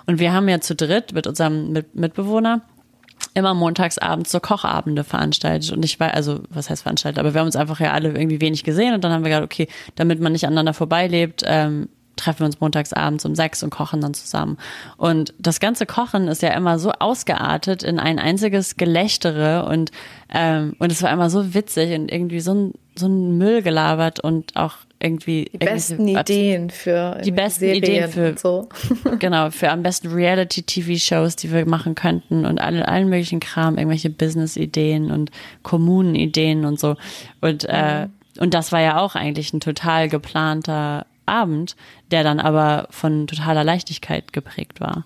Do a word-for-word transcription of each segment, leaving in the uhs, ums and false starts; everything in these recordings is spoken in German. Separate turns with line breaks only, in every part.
Und wir haben ja zu dritt mit unserem mit Mitbewohner immer montags abends so Kochabende veranstaltet. Und ich war, also was heißt veranstaltet, aber wir haben uns einfach ja alle irgendwie wenig gesehen und dann haben wir gedacht, okay, damit man nicht aneinander vorbeilebt, ähm, treffen wir uns montags abends um sechs und kochen dann zusammen. Und das ganze Kochen ist ja immer so ausgeartet in ein einziges Gelächtere und ähm, und es war immer so witzig und irgendwie so ein so ein Müll gelabert und auch irgendwie
die besten Ideen für
die besten
Serien
Ideen für
und so.
Genau, für am besten Reality-T V-Shows, die wir machen könnten und alle, allen möglichen Kram, irgendwelche Business-Ideen und Kommunen-Ideen und so. Und mhm. äh, und das war ja auch eigentlich ein total geplanter Abend, der dann aber von totaler Leichtigkeit geprägt war.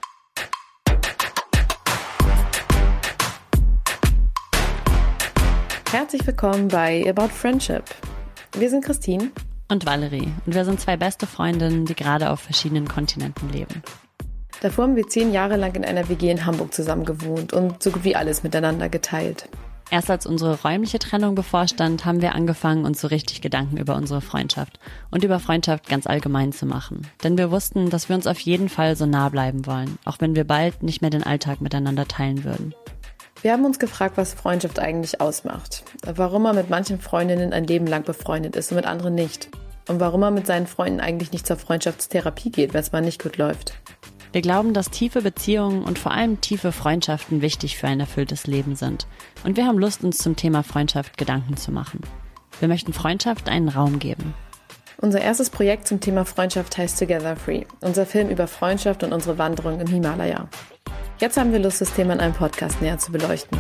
Herzlich willkommen bei About Friendship. Wir sind Christine
und Valerie und wir sind zwei beste Freundinnen, die gerade auf verschiedenen Kontinenten leben.
Davor haben wir zehn Jahre lang in einer W G in Hamburg zusammen gewohnt und so gut wie alles miteinander geteilt.
Erst als unsere räumliche Trennung bevorstand, haben wir angefangen, uns so richtig Gedanken über unsere Freundschaft und über Freundschaft ganz allgemein zu machen. Denn wir wussten, dass wir uns auf jeden Fall so nah bleiben wollen, auch wenn wir bald nicht mehr den Alltag miteinander teilen würden.
Wir haben uns gefragt, was Freundschaft eigentlich ausmacht. Warum man mit manchen Freundinnen ein Leben lang befreundet ist und mit anderen nicht. Und warum man mit seinen Freunden eigentlich nicht zur Freundschaftstherapie geht, wenn es mal nicht gut läuft.
Wir glauben, dass tiefe Beziehungen und vor allem tiefe Freundschaften wichtig für ein erfülltes Leben sind. Und wir haben Lust, uns zum Thema Freundschaft Gedanken zu machen. Wir möchten Freundschaft einen Raum geben.
Unser erstes Projekt zum Thema Freundschaft heißt Together Free. Unser Film über Freundschaft und unsere Wanderung im Himalaya. Jetzt haben wir Lust, das Thema in einem Podcast näher zu beleuchten.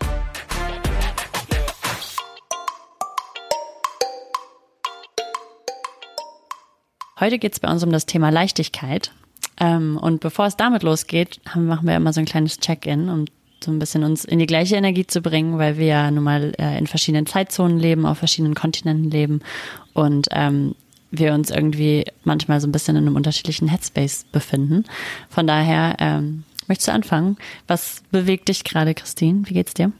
Heute geht es bei uns um das Thema Leichtigkeit. Ähm, und bevor es damit losgeht, haben, machen wir immer so ein kleines Check-in, um so ein bisschen uns in die gleiche Energie zu bringen, weil wir ja nun mal äh, in verschiedenen Zeitzonen leben, auf verschiedenen Kontinenten leben und ähm, wir uns irgendwie manchmal so ein bisschen in einem unterschiedlichen Headspace befinden. Von daher ähm, möchtest du anfangen? Was bewegt dich gerade, Christine? Wie geht's dir?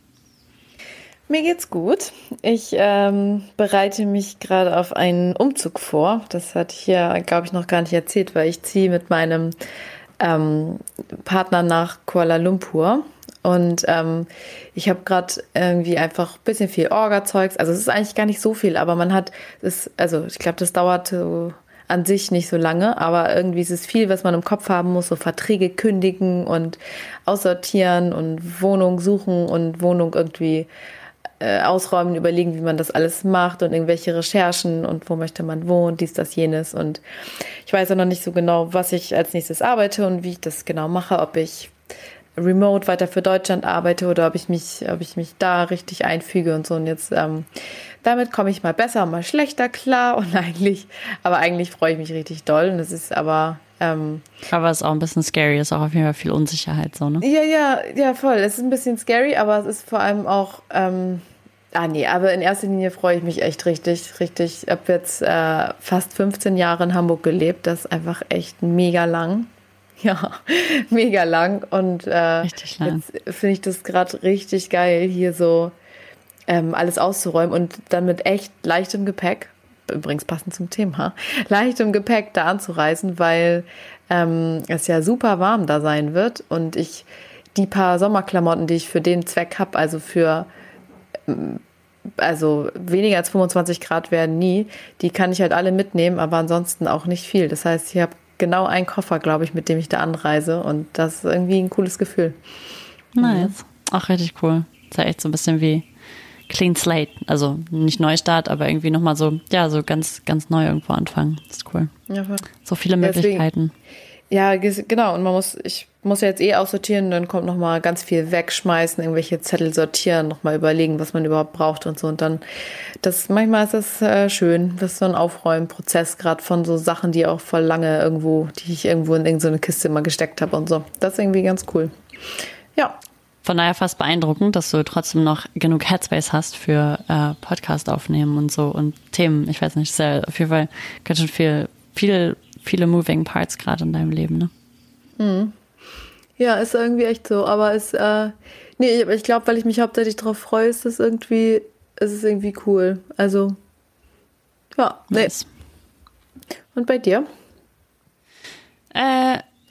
Mir geht's gut. Ich ähm, bereite mich gerade auf einen Umzug vor. Das hatte ich ja, glaube ich, noch gar nicht erzählt, weil ich ziehe mit meinem ähm, Partner nach Kuala Lumpur. Und ähm, ich habe gerade irgendwie einfach ein bisschen viel Orga-Zeugs. Also es ist eigentlich gar nicht so viel, aber man hat, es, also ich glaube, das dauert so an sich nicht so lange, aber irgendwie ist es viel, was man im Kopf haben muss, so Verträge kündigen und aussortieren und Wohnung suchen und Wohnung irgendwie ausräumen, überlegen, wie man das alles macht und irgendwelche Recherchen und wo möchte man wohnen, dies, das, jenes. Und ich weiß auch noch nicht so genau, was ich als nächstes arbeite und wie ich das genau mache, ob ich remote weiter für Deutschland arbeite oder ob ich mich, ob ich mich da richtig einfüge und so. Und jetzt ähm, damit komme ich mal besser, mal schlechter klar und eigentlich, aber eigentlich freue ich mich richtig doll. Und es ist aber ähm,
aber es ist auch ein bisschen scary, es ist auch auf jeden Fall viel Unsicherheit so, ne?
Ja, ja, ja, voll. Es ist ein bisschen scary, aber es ist vor allem auch ähm, Ah nee, aber in erster Linie freue ich mich echt richtig, richtig. Ich habe jetzt äh, fast fünfzehn Jahre in Hamburg gelebt. Das ist einfach echt mega lang. Ja, mega lang. Und äh,
richtig lang.
Jetzt finde ich das gerade richtig geil, hier so ähm, alles auszuräumen und dann mit echt leichtem Gepäck, übrigens passend zum Thema, leichtem Gepäck da anzureisen, weil ähm, es ja super warm da sein wird und ich die paar Sommerklamotten, die ich für den Zweck habe, also für also weniger als fünfundzwanzig Grad werden nie, die kann ich halt alle mitnehmen, aber ansonsten auch nicht viel. Das heißt, ich habe genau einen Koffer, glaube ich, mit dem ich da anreise und das ist irgendwie ein cooles Gefühl.
Nice. Auch richtig cool. Das ist ja echt so ein bisschen wie Clean Slate. Also nicht Neustart, aber irgendwie nochmal so, ja, so ganz, ganz neu irgendwo anfangen. Das ist cool. Ja, voll. So viele Möglichkeiten.
Deswegen, ja, genau. Und man muss, ich muss ja jetzt eh aussortieren, dann kommt nochmal ganz viel wegschmeißen, irgendwelche Zettel sortieren, nochmal überlegen, was man überhaupt braucht und so. Und dann, das, manchmal ist das äh, schön, das ist so ein Aufräumprozess, gerade von so Sachen, die auch voll lange irgendwo, die ich irgendwo in irgendeine Kiste immer gesteckt habe und so. Das ist irgendwie ganz cool. Ja.
Von daher fast beeindruckend, dass du trotzdem noch genug Headspace hast für äh, Podcast aufnehmen und so und Themen. Ich weiß nicht, ist ja auf jeden Fall ganz schön viel, viel, viele moving parts gerade in deinem Leben, ne?
Mhm. Ja, ist irgendwie echt so, aber es, äh, nee, ich glaube, weil ich mich hauptsächlich darauf freue, ist das irgendwie, ist es irgendwie cool. Also, ja, nee.
Nice.
Und bei dir?
Äh,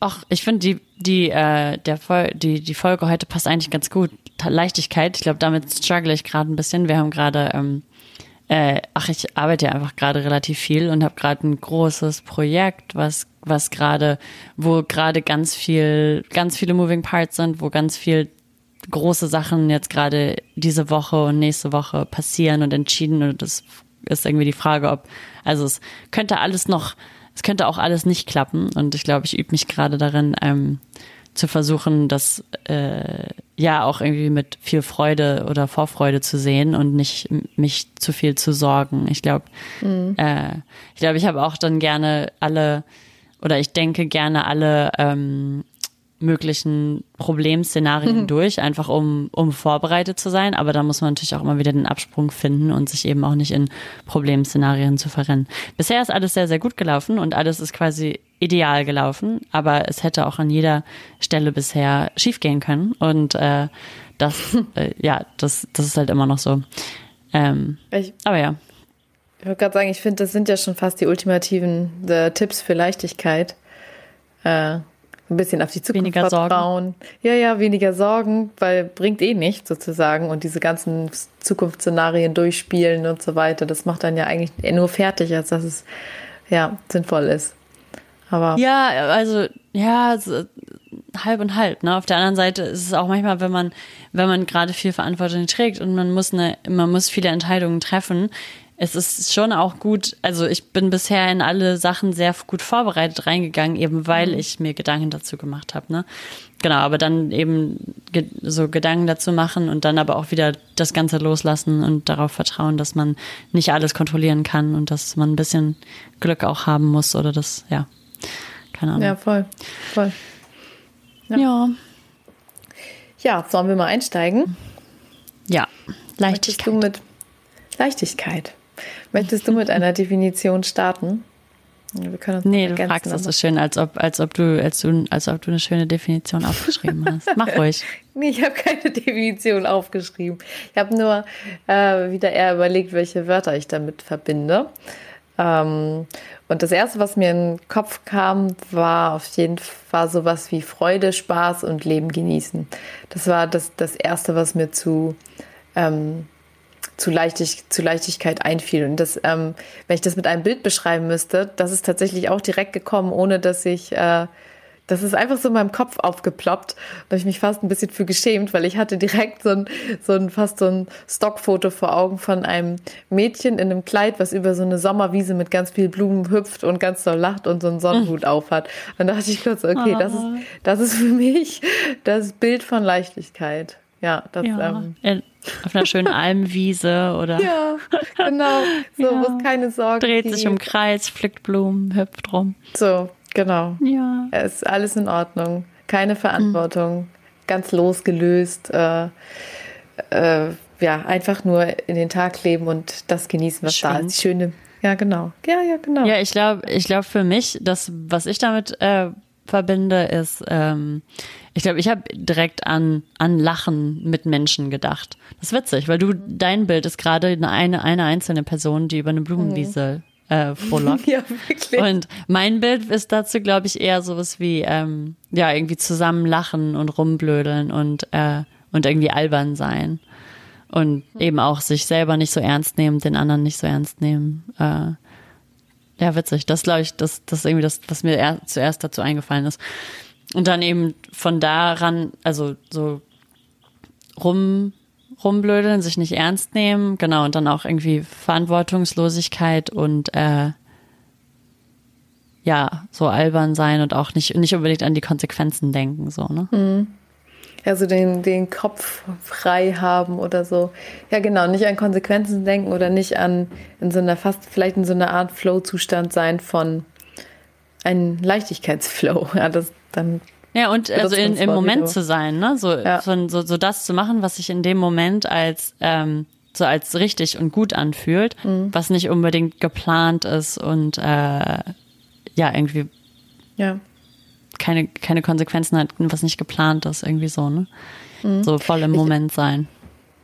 ach, ich finde die, die, äh, der Fol- die, die Folge heute passt eigentlich ganz gut. Leichtigkeit, ich glaube, damit struggle ich gerade ein bisschen. Wir haben gerade, ähm, äh, ach, ich arbeite ja einfach gerade relativ viel und habe gerade ein großes Projekt, was, was gerade, wo gerade ganz viel, ganz viele Moving Parts sind, wo ganz viel große Sachen jetzt gerade diese Woche und nächste Woche passieren und entschieden, und das ist irgendwie die Frage, ob, also es könnte alles noch, es könnte auch alles nicht klappen, und ich glaube, ich übe mich gerade darin, ähm, zu versuchen, das äh, ja auch irgendwie mit viel Freude oder Vorfreude zu sehen und nicht mich zu viel zu sorgen. Ich glaube, mhm. äh, ich glaube, ich habe auch dann gerne alle, oder ich denke gerne alle ähm, möglichen Problemszenarien mhm. durch, einfach um, um vorbereitet zu sein. Aber da muss man natürlich auch immer wieder den Absprung finden und sich eben auch nicht in Problemszenarien zu verrennen. Bisher ist alles sehr, sehr gut gelaufen und alles ist quasi ideal gelaufen, aber es hätte auch an jeder Stelle bisher schief gehen können. Und äh, das, äh, ja, das, das ist halt immer noch so. Ähm, ich, aber ja.
Ich würde gerade sagen, ich finde, das sind ja schon fast die ultimativen the Tipps für Leichtigkeit. Äh, ein bisschen auf die Zukunft
weniger
vertrauen.
Sorgen.
Ja, ja, weniger Sorgen, weil bringt eh nichts sozusagen. Und diese ganzen Zukunftsszenarien durchspielen und so weiter, das macht dann ja eigentlich nur fertig, als dass es ja sinnvoll ist. Aber
ja, also ja, so, halb und halb. Ne? Auf der anderen Seite ist es auch manchmal, wenn man, wenn man gerade viel Verantwortung trägt und man muss eine, man muss viele Entscheidungen treffen. Es ist schon auch gut, also ich bin bisher in alle Sachen sehr gut vorbereitet reingegangen, eben weil mhm. ich mir Gedanken dazu gemacht habe. Ne? Genau, aber dann eben ge- so Gedanken dazu machen und dann aber auch wieder das Ganze loslassen und darauf vertrauen, dass man nicht alles kontrollieren kann und dass man ein bisschen Glück auch haben muss oder das, ja, keine Ahnung.
Ja, voll, voll.
Ja. Ja,
ja, sollen wir mal einsteigen?
Ja, Leichtigkeit.
Möchtest du mit Leichtigkeit? Möchtest du mit einer Definition starten?
Wir können uns nee, du fragst das so schön, als ob, als ob du, als du, als ob du eine schöne Definition aufgeschrieben hast. Mach ruhig.
Nee, ich habe keine Definition aufgeschrieben. Ich habe nur äh, wieder eher überlegt, welche Wörter ich damit verbinde. Ähm, und das Erste, was mir in den Kopf kam, war auf jeden Fall sowas wie Freude, Spaß und Leben genießen. Das war das, das Erste, was mir zu ähm, Zu, Leichtig, zu Leichtigkeit einfiel. Und das, ähm, wenn ich das mit einem Bild beschreiben müsste, das ist tatsächlich auch direkt gekommen, ohne dass ich, äh, das ist einfach so in meinem Kopf aufgeploppt. Da habe ich mich fast ein bisschen für geschämt, weil ich hatte direkt so ein, so ein fast so ein Stockfoto vor Augen von einem Mädchen in einem Kleid, was über so eine Sommerwiese mit ganz viel Blumen hüpft und ganz doll lacht und so einen Sonnenhut aufhat. Und da dachte ich kurz, okay, das ist, das ist für mich das Bild von Leichtigkeit. Ja, das,
ja,
ähm,
auf einer schönen Almwiese oder.
Ja, genau. So, ja. Wo es keine Sorgen
Dreht
gibt.
sich im Kreis, pflückt Blumen, hüpft rum.
So, genau.
Ja.
Es ist alles in Ordnung. Keine Verantwortung. Mhm. Ganz losgelöst. Äh, äh, ja, einfach nur in den Tag leben und das genießen, was Schön. da ist. Schöne. Ja, genau. Ja, ja, genau.
Ja, ich glaube, ich glaube für mich, das, was ich damit äh, verbinde, ist, ähm, ich glaube, ich habe direkt an, an Lachen mit Menschen gedacht. Das ist witzig, weil du, dein Bild ist gerade eine, eine einzelne Person, die über eine Blumenwiese äh, frohlockt.
Ja, wirklich.
Und mein Bild ist dazu, glaube ich, eher sowas wie, ähm, ja, irgendwie zusammen lachen und rumblödeln und, äh, und irgendwie albern sein. Und eben auch sich selber nicht so ernst nehmen, den anderen nicht so ernst nehmen. Äh, ja, witzig. Das glaube ich, das, das ist irgendwie das, was mir er, zuerst dazu eingefallen ist. Und dann eben von daran, also so rum, rumblödeln, sich nicht ernst nehmen, genau, und dann auch irgendwie Verantwortungslosigkeit und äh, ja, so albern sein und auch nicht, nicht unbedingt an die Konsequenzen denken, so, ne?
Mhm. Also den, den Kopf frei haben oder so. Ja, genau, nicht an Konsequenzen denken oder nicht an, in so einer, fast vielleicht in so einer Art Flow-Zustand sein von einem Leichtigkeitsflow. Ja, das dann.
Ja, und also in, im Moment zu sein, ne? So, ja. so, so, so das zu machen, was sich in dem Moment als, ähm, so als richtig und gut anfühlt, mhm. was nicht unbedingt geplant ist und äh, ja, irgendwie.
Ja. Keine,
keine Konsequenzen hat, was nicht geplant ist, irgendwie so, ne? Mhm. So voll im ich, Moment sein.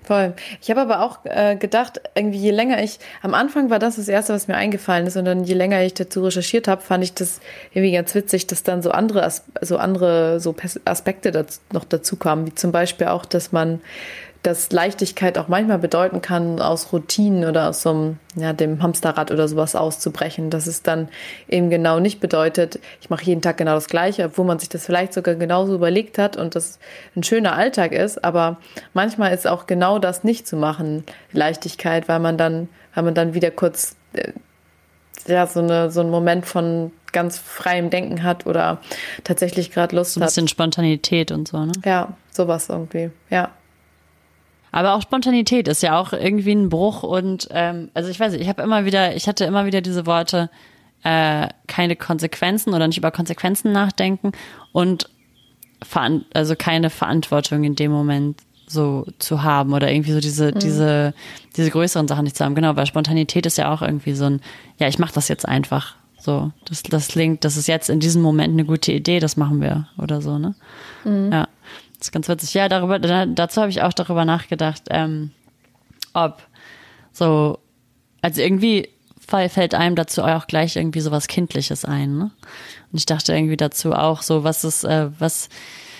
Voll. Ich habe aber auch äh, gedacht, irgendwie je länger ich, am Anfang war das das Erste, was mir eingefallen ist, und dann je länger ich dazu recherchiert habe, fand ich das irgendwie ganz witzig, dass dann so andere, As- so andere so Pers- Aspekte daz- noch dazu kamen, wie zum Beispiel auch, dass man, dass Leichtigkeit auch manchmal bedeuten kann, aus Routinen oder aus so einem, ja, dem Hamsterrad oder sowas auszubrechen, dass es dann eben genau nicht bedeutet, ich mache jeden Tag genau das Gleiche, obwohl man sich das vielleicht sogar genauso überlegt hat und das ein schöner Alltag ist, aber manchmal ist auch genau das nicht zu machen, Leichtigkeit, weil man dann, weil man dann wieder kurz, äh, ja, so eine, so einen Moment von ganz freiem Denken hat oder tatsächlich gerade Lust
So ein
hat.
bisschen Spontanität und so, ne?
Ja, sowas irgendwie, ja.
Aber auch Spontanität ist ja auch irgendwie ein Bruch und ähm, also ich weiß nicht, ich habe immer wieder, ich hatte immer wieder diese Worte, äh, keine Konsequenzen oder nicht über Konsequenzen nachdenken und veran- also keine Verantwortung in dem Moment so zu haben oder irgendwie so diese mhm. diese diese größeren Sachen nicht zu haben. Genau, weil Spontanität ist ja auch irgendwie so ein, ja, ich mache das jetzt einfach. So, das das klingt, das ist jetzt in diesem Moment eine gute Idee, das machen wir oder so, ne? Mhm. Ja. Das ist ganz witzig. Ja, darüber, da, dazu habe ich auch darüber nachgedacht, ähm, ob so, also irgendwie fällt einem dazu auch gleich irgendwie so was Kindliches ein, ne? Und ich dachte irgendwie dazu auch so, was ist, äh, was,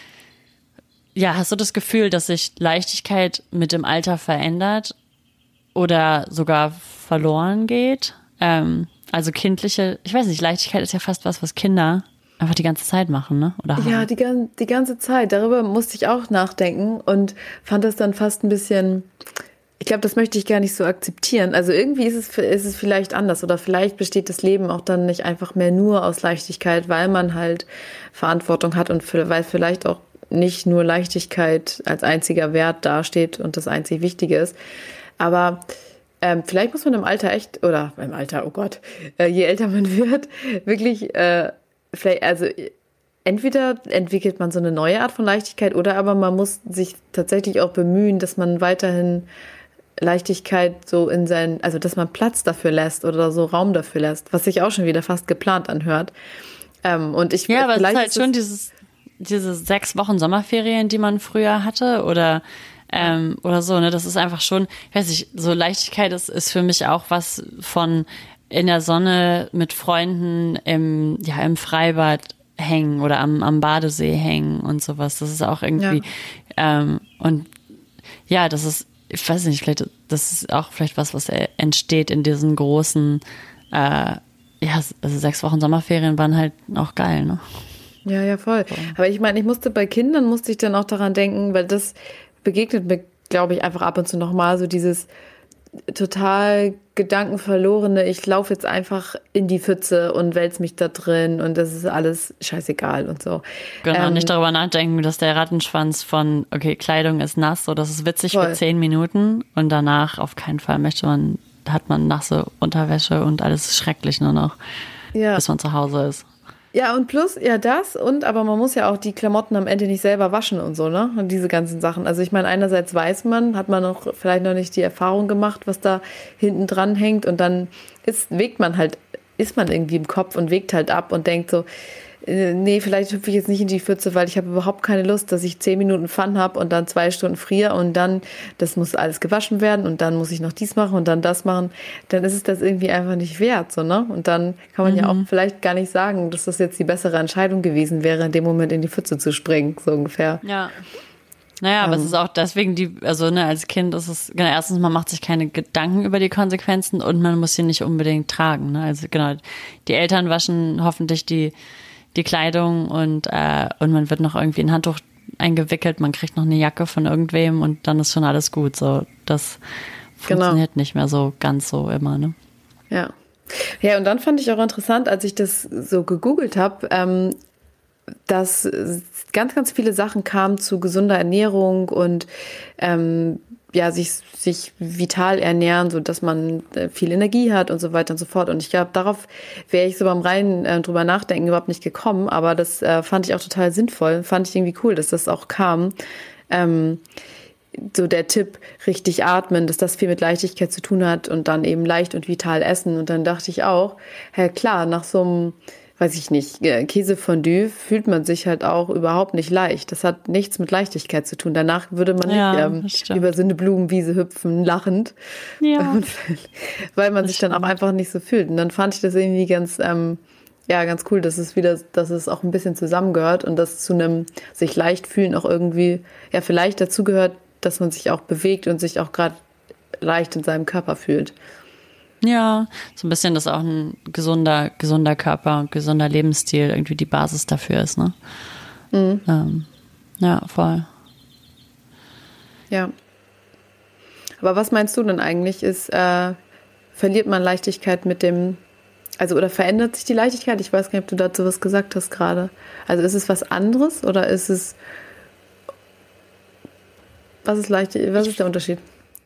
ja, hast du das Gefühl, dass sich Leichtigkeit mit dem Alter verändert oder sogar verloren geht? Ähm, also kindliche, ich weiß nicht, Leichtigkeit ist ja fast was, was Kinder einfach die ganze Zeit machen, ne? Oder
ja, die, die ganze Zeit. Darüber musste ich auch nachdenken und fand das dann fast ein bisschen, ich glaube, das möchte ich gar nicht so akzeptieren. Also irgendwie ist es, ist es vielleicht anders oder vielleicht besteht das Leben auch dann nicht einfach mehr nur aus Leichtigkeit, weil man halt Verantwortung hat und für, weil vielleicht auch nicht nur Leichtigkeit als einziger Wert dasteht und das einzig Wichtige ist. Aber ähm, vielleicht muss man im Alter echt, oder im Alter, oh Gott, äh, je älter man wird, wirklich äh, vielleicht, also entweder entwickelt man so eine neue Art von Leichtigkeit oder aber man muss sich tatsächlich auch bemühen, dass man weiterhin Leichtigkeit so in sein, also dass man Platz dafür lässt oder so Raum dafür lässt, was sich auch schon wieder fast geplant anhört. Ähm, und ich,
ja, aber es ist halt
ist
schon dieses, diese sechs Wochen Sommerferien, die man früher hatte oder ähm, oder so, ne? Das ist einfach schon, ich weiß nicht, so Leichtigkeit ist, ist für mich auch was von in der Sonne mit Freunden im, ja, im Freibad hängen oder am, am Badesee hängen und sowas. Das ist auch irgendwie, ja. ähm, und ja, das ist, ich weiß nicht, vielleicht, das ist auch vielleicht was, was entsteht in diesen großen, äh, ja, also sechs Wochen Sommerferien waren halt auch geil, ne?
Ja, ja, voll. So. Aber ich meine, ich musste bei Kindern, musste ich dann auch daran denken, weil das begegnet mir, glaube ich, einfach ab und zu nochmal, so dieses total gedankenverlorene, ich laufe jetzt einfach in die Pfütze und wälze mich da drin und das ist alles scheißegal und so.
Genau,
ähm,
nicht darüber nachdenken, dass der Rattenschwanz von, okay, Kleidung ist nass, so das ist witzig voll. Für zehn Minuten und danach auf keinen Fall möchte man, hat man nasse Unterwäsche und alles ist schrecklich nur noch, ja. bis man zu Hause ist.
Ja, und plus, ja, das und, aber man muss ja auch die Klamotten am Ende nicht selber waschen und so, ne? Und diese ganzen Sachen. Also ich meine, einerseits weiß man, hat man noch vielleicht noch nicht die Erfahrung gemacht, was da hinten dran hängt und dann ist, wägt man halt, ist man irgendwie im Kopf und wägt halt ab und denkt so, äh, nee, vielleicht hüpfe ich jetzt nicht in die Pfütze, weil ich habe überhaupt keine Lust, dass ich zehn Minuten Fun habe und dann zwei Stunden friere und dann, das muss alles gewaschen werden und dann muss ich noch dies machen und dann das machen. Dann ist es das irgendwie einfach nicht wert, so, ne? Und dann kann man mhm. ja auch vielleicht gar nicht sagen, dass das jetzt die bessere Entscheidung gewesen wäre, in dem Moment in die Pfütze zu springen, so ungefähr.
Ja. Naja, aber um. es ist auch deswegen die, also ne, als Kind ist es, genau, erstens, man macht sich keine Gedanken über die Konsequenzen und man muss sie nicht unbedingt tragen, ne? Also genau, die Eltern waschen hoffentlich die die Kleidung und äh, und man wird noch irgendwie in ein Handtuch eingewickelt, man kriegt noch eine Jacke von irgendwem und dann ist schon alles gut. So, das funktioniert genau. nicht mehr so ganz so immer, ne?
Ja. Ja, und dann fand ich auch interessant, als ich das so gegoogelt habe, ähm, dass ganz, ganz viele Sachen kamen zu gesunder Ernährung und ähm, ja, sich, sich vital ernähren, so dass man viel Energie hat und so weiter und so fort. Und ich glaube, darauf wäre ich so beim reinen äh, drüber nachdenken überhaupt nicht gekommen, aber das äh, fand ich auch total sinnvoll, fand ich irgendwie cool, dass das auch kam. Ähm, so der Tipp, richtig atmen, dass das viel mit Leichtigkeit zu tun hat und dann eben leicht und vital essen. Und dann dachte ich auch, ja klar, nach so einem weiß ich nicht, Käsefondue fühlt man sich halt auch überhaupt nicht leicht. Das hat nichts mit Leichtigkeit zu tun. Danach würde man
Ja,
nicht ähm, über so eine Blumenwiese hüpfen, lachend,
Ja.
weil man
Das
sich dann auch
stimmt.
einfach nicht so fühlt. Und dann fand ich das irgendwie ganz, ähm, ja, ganz cool, dass es wieder, dass es auch ein bisschen zusammengehört und dass zu einem sich leicht fühlen auch irgendwie, ja, vielleicht dazugehört, dass man sich auch bewegt und sich auch gerade leicht in seinem Körper fühlt.
Ja, so ein bisschen, dass auch ein gesunder, gesunder Körper und gesunder Lebensstil irgendwie die Basis dafür ist, ne?
Mhm.
Ähm, ja, voll.
Ja. Aber was meinst du denn eigentlich? Ist, äh, verliert man Leichtigkeit mit dem, also oder verändert sich die Leichtigkeit? Ich weiß gar nicht, ob du dazu was gesagt hast gerade. Also ist es was anderes oder ist es, was ist leicht, was ist der Unterschied?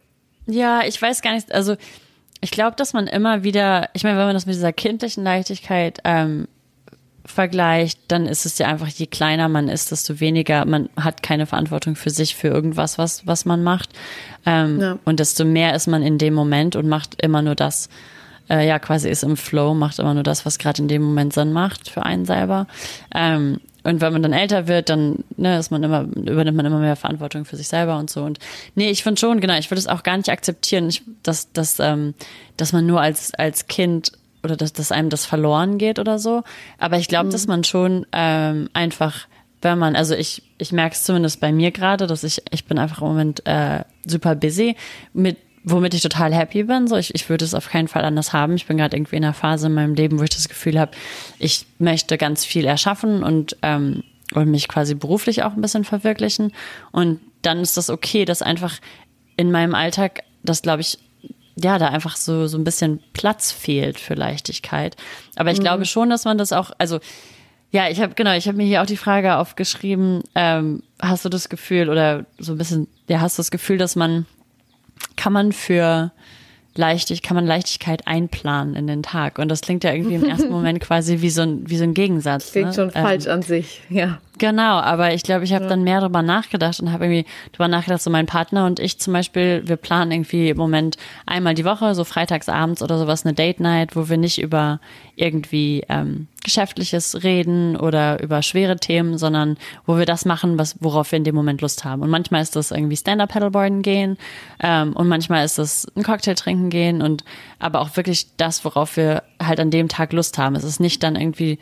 Ja, ich weiß gar nicht, also ich glaube, dass man immer wieder, ich meine, wenn man das mit dieser kindlichen Leichtigkeit ähm, vergleicht, dann ist es ja einfach, je kleiner man ist, desto weniger, man hat keine Verantwortung für sich, für irgendwas, was, was man macht. Ähm,
Ja.
Und desto mehr ist man in dem Moment und macht immer nur das, äh, ja, quasi ist im Flow, macht immer nur das, was gerade in dem Moment Sinn macht für einen selber. Ähm, und wenn man dann älter wird, dann ne, ist man immer, übernimmt man immer mehr Verantwortung für sich selber und so. Und nee, ich finde schon, genau, ich würde es auch gar nicht akzeptieren, ich, dass, dass, ähm, dass man nur als, als Kind oder dass, dass einem das verloren geht oder so. Aber ich glaube, mhm. dass man schon ähm, einfach, wenn man, also ich, ich merke es zumindest bei mir gerade, dass ich, ich bin einfach im Moment äh, super busy mit womit ich total happy bin. So, ich, ich würde es auf keinen Fall anders haben. Ich bin gerade irgendwie in einer Phase in meinem Leben, wo ich das Gefühl habe, ich möchte ganz viel erschaffen und, ähm, und mich quasi beruflich auch ein bisschen verwirklichen. Und dann ist das okay, dass einfach in meinem Alltag, das glaube ich, ja, da einfach so, so ein bisschen Platz fehlt für Leichtigkeit. Aber ich mhm. glaube schon, dass man das auch, also ja, ich habe genau, ich habe mir hier auch die Frage aufgeschrieben, ähm, hast du das Gefühl oder so ein bisschen, ja, hast du das Gefühl, dass man kann man für Leichtig, kann man Leichtigkeit einplanen in den Tag? Und das klingt ja irgendwie im ersten Moment quasi wie so ein, wie so ein Gegensatz.
Klingt
ne?
schon
ähm,
falsch an sich, ja.
Genau, aber ich glaube, ich habe
Ja.
dann mehr darüber nachgedacht und habe irgendwie darüber nachgedacht, so mein Partner und ich zum Beispiel, wir planen irgendwie im Moment einmal die Woche, so freitagsabends oder sowas, eine Date Night, wo wir nicht über irgendwie ähm, Geschäftliches reden oder über schwere Themen, sondern wo wir das machen, was worauf wir in dem Moment Lust haben. Und manchmal ist das irgendwie Stand-Up-Paddleboarden gehen ähm, und manchmal ist das ein Cocktail trinken gehen und aber auch wirklich das, worauf wir halt an dem Tag Lust haben. Es ist nicht dann irgendwie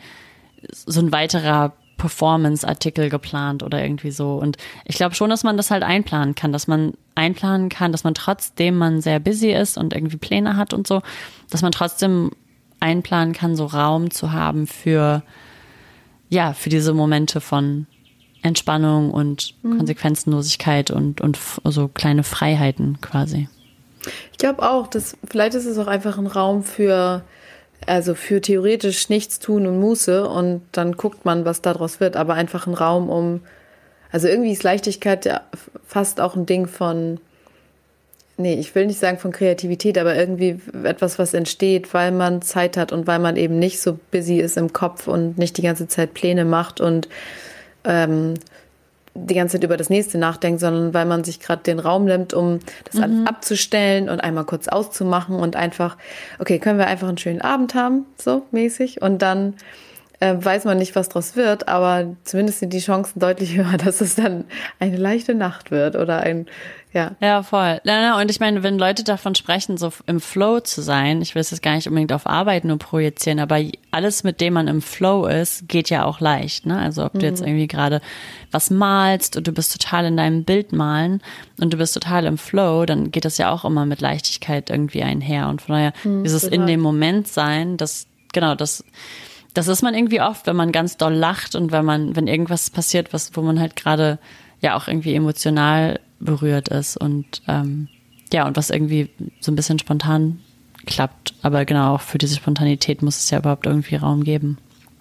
so ein weiterer Performance-Artikel geplant oder irgendwie so. Und ich glaube schon, dass man das halt einplanen kann, dass man einplanen kann, dass man trotzdem man sehr busy ist und irgendwie Pläne hat und so, dass man trotzdem einplanen kann, so Raum zu haben für, ja, für diese Momente von Entspannung und mhm. Konsequenzenlosigkeit und, und so kleine Freiheiten quasi.
Ich glaube auch, dass vielleicht ist es auch einfach ein Raum für Also für theoretisch nichts tun und Muße und dann guckt man, was daraus wird, aber einfach ein Raum um, also irgendwie ist Leichtigkeit ja fast auch ein Ding von, nee, ich will nicht sagen von Kreativität, aber irgendwie etwas, was entsteht, weil man Zeit hat und weil man eben nicht so busy ist im Kopf und nicht die ganze Zeit Pläne macht und ähm, die ganze Zeit über das nächste nachdenkt, sondern weil man sich gerade den Raum nimmt, um das mhm. alles abzustellen und einmal kurz auszumachen und einfach, okay, können wir einfach einen schönen Abend haben, so mäßig und dann äh, weiß man nicht, was draus wird, aber zumindest sind die Chancen deutlich höher, dass es dann eine leichte Nacht wird oder ein, ja.
Ja, voll. Und ich meine, wenn Leute davon sprechen, so im Flow zu sein, ich will es jetzt gar nicht unbedingt auf Arbeit nur projizieren, aber alles, mit dem man im Flow ist, geht ja auch leicht, ne? Also ob du jetzt irgendwie gerade was malst und du bist total in deinem Bild malen und du bist total im Flow, dann geht das ja auch immer mit Leichtigkeit irgendwie einher. Und von daher, mhm, dieses total. In dem Moment sein, das, genau, das, das ist man irgendwie oft, wenn man ganz doll lacht und wenn man, wenn irgendwas passiert, was, wo man halt gerade ja auch irgendwie emotional berührt ist und ähm, ja, und was irgendwie so ein bisschen spontan klappt. Aber genau, auch für diese Spontanität muss es ja überhaupt irgendwie Raum geben.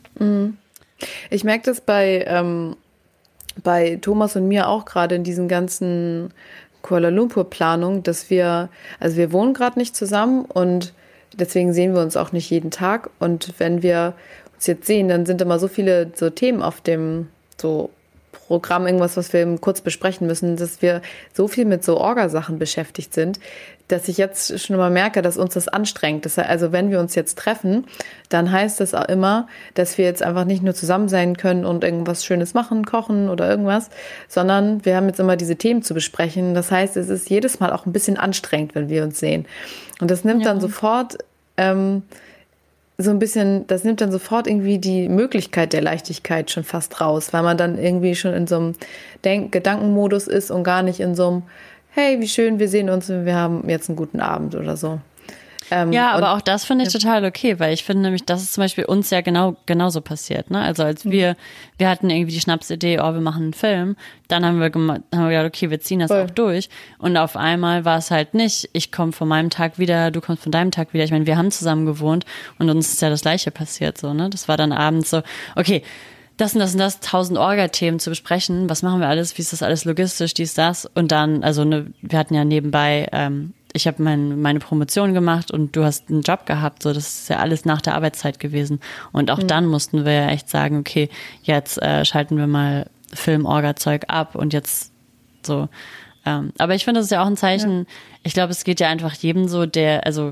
Ich merke das bei, ähm, bei Thomas und mir auch gerade in diesen ganzen Kuala Lumpur-Planungen, dass wir, also wir wohnen gerade nicht zusammen und deswegen sehen wir uns auch nicht jeden Tag. Und wenn wir uns jetzt sehen, dann sind immer so viele so Themen auf dem so Programm, irgendwas, was wir kurz besprechen müssen, dass wir so viel mit so Orgasachen beschäftigt sind, dass ich jetzt schon mal merke, dass uns das anstrengt. Das, also wenn wir uns jetzt treffen, dann heißt das auch immer, dass wir jetzt einfach nicht nur zusammen sein können und irgendwas Schönes machen, kochen oder irgendwas, sondern wir haben jetzt immer diese Themen zu besprechen. Das heißt, es ist jedes Mal auch ein bisschen anstrengend, wenn wir uns sehen. Und das nimmt ja. dann sofort ähm, so ein bisschen, das nimmt dann sofort irgendwie die Möglichkeit der Leichtigkeit schon fast raus, weil man dann irgendwie schon in so einem Denk- Gedankenmodus ist und gar nicht in so einem hey, wie schön, wir sehen uns und wir haben jetzt einen guten Abend oder so.
Ähm, ja, aber auch das finde ich ja. total okay, weil ich finde nämlich, das ist zum Beispiel uns ja genau genauso passiert. Ne? Also als wir, wir hatten irgendwie die Schnapsidee, oh, wir machen einen Film, dann haben wir, gema- haben wir gedacht, okay, wir ziehen das Voll. auch durch. Und auf einmal war es halt nicht, ich komme von meinem Tag wieder, du kommst von deinem Tag wieder. Ich meine, wir haben zusammen gewohnt und uns ist ja das Gleiche passiert. So, ne? Das war dann abends so, okay, das und das und das, tausend Orga-Themen zu besprechen. Was machen wir alles? Wie ist das alles logistisch? Dies, das. Und dann, also ne, wir hatten ja nebenbei, ähm, ich habe mein, meine Promotion gemacht und du hast einen Job gehabt. So, das ist ja alles nach der Arbeitszeit gewesen. Und auch mhm. dann mussten wir ja echt sagen, okay, jetzt äh, schalten wir mal Film-Orga-Zeug ab und jetzt so. Ähm, aber ich finde, das ist ja auch ein Zeichen. Ja. Ich glaube, es geht ja einfach jedem so, der, also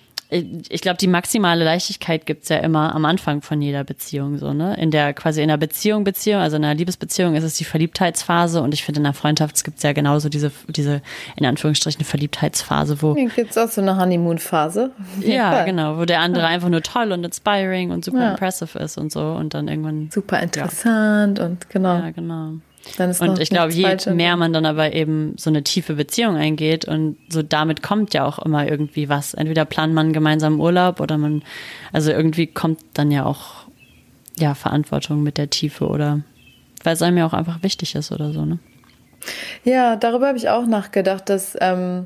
ich glaube, die maximale Leichtigkeit gibt's ja immer am Anfang von jeder Beziehung, so, ne? In der, quasi in einer Beziehung, Beziehung, also in einer Liebesbeziehung ist es die Verliebtheitsphase und ich finde, in der Freundschaft gibt's ja genauso diese, diese, in Anführungsstrichen, Verliebtheitsphase, wo.
Hier gibt's auch so eine Honeymoon-Phase.
Ja, Fall. genau, wo der andere ja. einfach nur toll und inspiring und super ja. impressive ist und so und dann irgendwann.
Super interessant ja. und genau.
Ja, genau. Dann ist und ich glaube, je mehr man dann aber eben so eine tiefe Beziehung eingeht und so damit kommt ja auch immer irgendwie was. Entweder plant man gemeinsam Urlaub oder man, also irgendwie kommt dann ja auch ja Verantwortung mit der Tiefe oder weil es einem ja auch einfach wichtig ist oder so, ne?
Ja, darüber habe ich auch nachgedacht, dass ähm,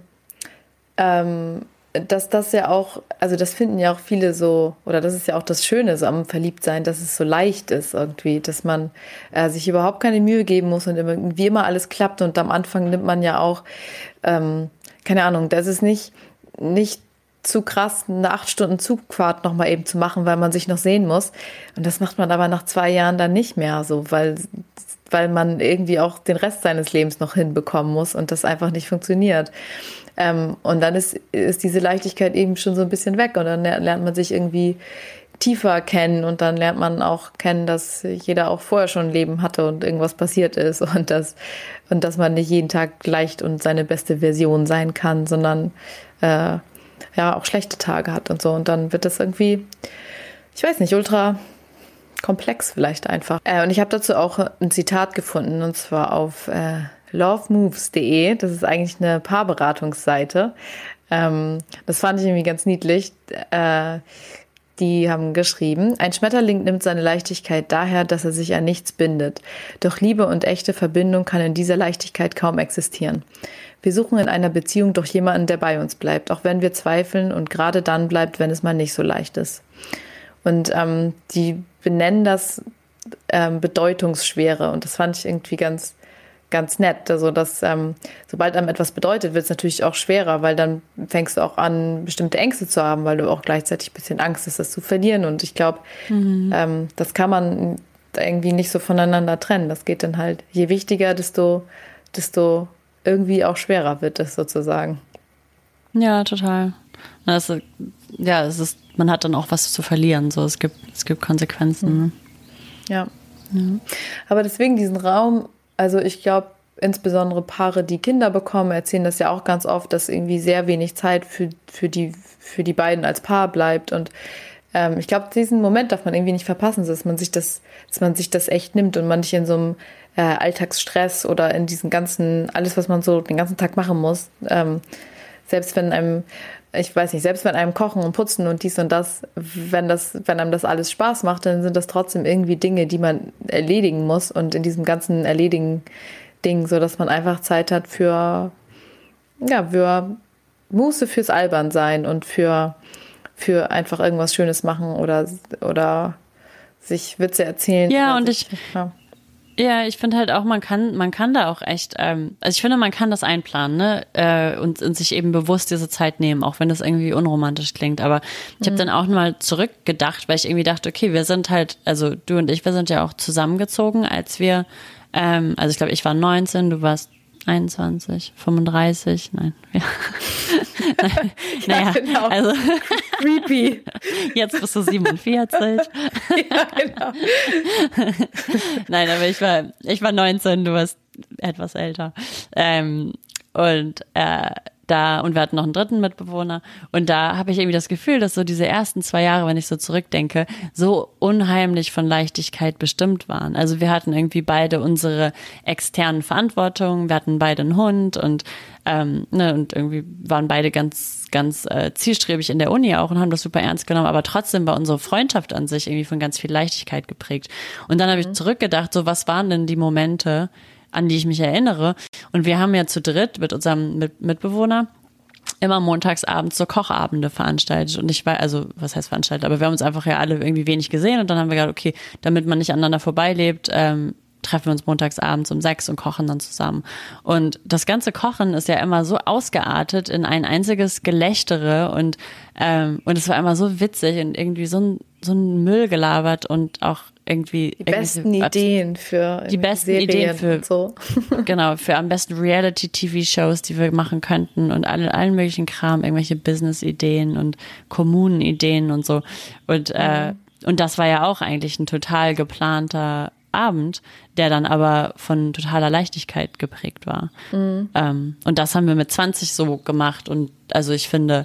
ähm, dass das ja auch, also das finden ja auch viele so, oder das ist ja auch das Schöne so am Verliebtsein, dass es so leicht ist irgendwie, dass man äh, sich überhaupt keine Mühe geben muss und immer, wie immer alles klappt und am Anfang nimmt man ja auch, ähm, keine Ahnung, das ist nicht, nicht zu krass, eine acht Stunden Zugfahrt nochmal eben zu machen, weil man sich noch sehen muss und das macht man aber nach zwei Jahren dann nicht mehr so, weil weil man irgendwie auch den Rest seines Lebens noch hinbekommen muss und das einfach nicht funktioniert. Ähm, und dann ist, ist diese Leichtigkeit eben schon so ein bisschen weg und dann lernt man sich irgendwie tiefer kennen und dann lernt man auch kennen, dass jeder auch vorher schon ein Leben hatte und irgendwas passiert ist und dass, und dass man nicht jeden Tag leicht und seine beste Version sein kann, sondern äh, ja auch schlechte Tage hat und so. Und dann wird das irgendwie, ich weiß nicht, ultra komplex vielleicht einfach. Äh, und ich habe dazu auch ein Zitat gefunden und zwar auf äh, love moves punkt de. Das ist eigentlich eine Paarberatungsseite. Ähm, das fand ich irgendwie ganz niedlich. Äh, die haben geschrieben, ein Schmetterling nimmt seine Leichtigkeit daher, dass er sich an nichts bindet. Doch Liebe und echte Verbindung kann in dieser Leichtigkeit kaum existieren. Wir suchen in einer Beziehung doch jemanden, der bei uns bleibt, auch wenn wir zweifeln und gerade dann bleibt, wenn es mal nicht so leicht ist. Und ähm, die benennen das ähm, Bedeutungsschwere und das fand ich irgendwie ganz, ganz nett. Also, dass ähm, sobald einem etwas bedeutet, wird es natürlich auch schwerer, weil dann fängst du auch an, bestimmte Ängste zu haben, weil du auch gleichzeitig ein bisschen Angst hast, das zu verlieren. Und ich glaube, mhm. ähm, das kann man irgendwie nicht so voneinander trennen. Das geht dann halt, je wichtiger, desto, desto irgendwie auch schwerer wird es sozusagen.
Ja, total. Das, ja, es ist, man hat dann auch was zu verlieren. So, es gibt, es gibt Konsequenzen.
Mhm. Ja. ja. Aber deswegen diesen Raum, also ich glaube, insbesondere Paare, die Kinder bekommen, erzählen das ja auch ganz oft, dass irgendwie sehr wenig Zeit für, für, die, für die beiden als Paar bleibt. Und ähm, ich glaube, diesen Moment darf man irgendwie nicht verpassen, dass man sich das, dass man sich das echt nimmt und man nicht in so einem äh, Alltagsstress oder in diesen ganzen, alles, was man so den ganzen Tag machen muss, ähm, selbst wenn einem, ich weiß nicht, selbst wenn einem Kochen und Putzen und dies und das, wenn das, wenn einem das alles Spaß macht, dann sind das trotzdem irgendwie Dinge, die man erledigen muss und in diesem ganzen Erledigen-Ding, so dass man einfach Zeit hat für, ja, für Muße fürs Albernsein und für, für einfach irgendwas Schönes machen oder, oder sich Witze erzählen.
Ja, und ich,
ja.
Ja, ich finde halt auch, man kann, man kann da auch echt, ähm, also ich finde, man kann das einplanen, ne, äh, und, und sich eben bewusst diese Zeit nehmen, auch wenn das irgendwie unromantisch klingt. Aber ich habe dann auch mal zurückgedacht, weil ich irgendwie dachte, okay, wir sind halt, also du und ich, wir sind ja auch zusammengezogen, als wir Ähm, also ich glaube, ich war neunzehn, du warst einundzwanzig, fünfunddreißig, nein. Ja. Nein,
Ja,
naja,
genau.
also
Creepy.
jetzt bist du siebenundvierzig.
Ja, genau.
Nein, aber ich war, ich war neunzehn, du warst etwas älter. Ähm, und äh, da, und wir hatten noch einen dritten Mitbewohner. Und da habe ich irgendwie das Gefühl, dass so diese ersten zwei Jahre, wenn ich so zurückdenke, so unheimlich von Leichtigkeit bestimmt waren. Also wir hatten irgendwie beide unsere externen Verantwortungen, wir hatten beide einen Hund und, ähm, ne, und irgendwie waren beide ganz, ganz äh, zielstrebig in der Uni auch und haben das super ernst genommen. Aber trotzdem war unsere Freundschaft an sich irgendwie von ganz viel Leichtigkeit geprägt. Und dann habe ich zurückgedacht, so was waren denn die Momente, an die ich mich erinnere. Und wir haben ja zu dritt mit unserem mit Mitbewohner immer montags abends so Kochabende veranstaltet. Und ich war, also was heißt veranstaltet, aber wir haben uns einfach ja alle irgendwie wenig gesehen und dann haben wir gedacht, okay, damit man nicht aneinander vorbeilebt, ähm, treffen wir uns montags abends um sechs und kochen dann zusammen. Und das ganze Kochen ist ja immer so ausgeartet in ein einziges Gelächtere und ähm, und es war immer so witzig und irgendwie so ein so ein Müll gelabert und auch irgendwie
die besten Ideen für
die besten
Serien
Ideen für
und so.
Genau, für am besten Reality-T V-Shows, die wir machen könnten und alle, allen möglichen Kram, irgendwelche Business-Ideen und Kommunen-Ideen und so. Und, mhm. äh, und das war ja auch eigentlich ein total geplanter Abend, der dann aber von totaler Leichtigkeit geprägt war. Mhm. Ähm, und das haben wir mit zwanzig so gemacht und also ich finde,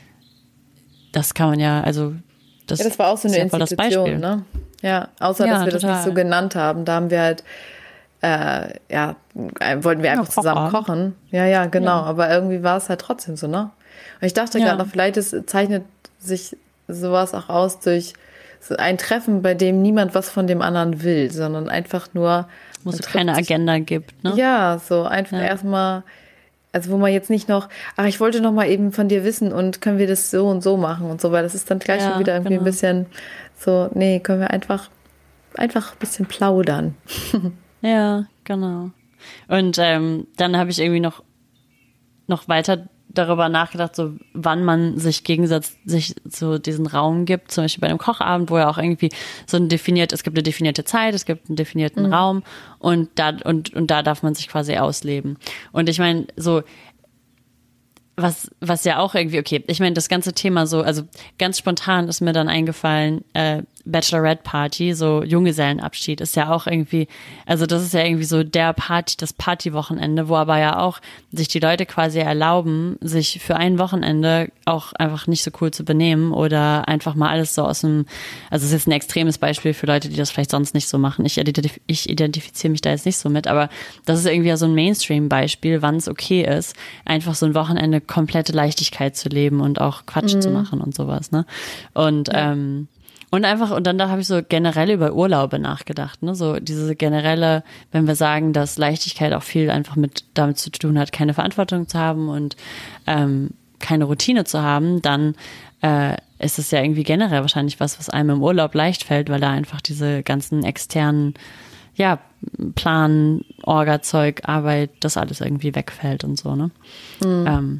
das kann man ja, also das,
ja, das war auch so eine
ist ja
Institution, ne? Ja, außer
ja,
dass wir
total.
das nicht so genannt haben. Da haben wir halt, äh, ja, wollten wir einfach ja, zusammen kochen. Ja, ja, genau. Ja. Aber irgendwie war es halt trotzdem so, ne? Und ich dachte ja. gerade noch, vielleicht ist, zeichnet sich sowas auch aus durch so ein Treffen, bei dem niemand was von dem anderen will, sondern einfach nur.
Wo es keine Agenda gibt, ne?
Ja, so einfach ja. erstmal. Also wo man jetzt nicht noch, ach, ich wollte noch mal eben von dir wissen und können wir das so und so machen und so, weil das ist dann gleich ja, schon wieder irgendwie genau. ein bisschen so, nee, können wir einfach, einfach ein bisschen plaudern.
Ja, genau. Und ähm, dann habe ich irgendwie noch, noch weiter darüber nachgedacht, so wann man sich gegenseitig sich so diesen Raum gibt, zum Beispiel bei einem Kochabend, wo ja auch irgendwie so ein definiert, es gibt eine definierte Zeit, es gibt einen definierten mhm. Raum und da und und da darf man sich quasi ausleben. Und ich meine, so was was ja auch irgendwie okay, ich meine, das ganze Thema so, also ganz spontan ist mir dann eingefallen, äh, Bachelorette Party, so Junggesellenabschied ist ja auch irgendwie, also das ist ja irgendwie so der Party, das Partywochenende, wo aber ja auch sich die Leute quasi erlauben, sich für ein Wochenende auch einfach nicht so cool zu benehmen oder einfach mal alles so aus dem, also es ist jetzt ein extremes Beispiel für Leute, die das vielleicht sonst nicht so machen. Ich, identif- ich identifiziere mich da jetzt nicht so mit, aber das ist irgendwie ja so ein Mainstream-Beispiel, wann es okay ist, einfach so ein Wochenende komplette Leichtigkeit zu leben und auch Quatsch mhm. zu machen und sowas, ne? Und ja. ähm, Und einfach, und dann da habe ich so generell über Urlaube nachgedacht, ne? So diese generelle, wenn wir sagen, dass Leichtigkeit auch viel einfach mit damit zu tun hat, keine Verantwortung zu haben und ähm, keine Routine zu haben, dann äh, ist es ja irgendwie generell wahrscheinlich was, was einem im Urlaub leicht fällt, weil da einfach diese ganzen externen, ja, Plan, Orga-Zeug, Arbeit, das alles irgendwie wegfällt und so, ne? Mhm. Ähm,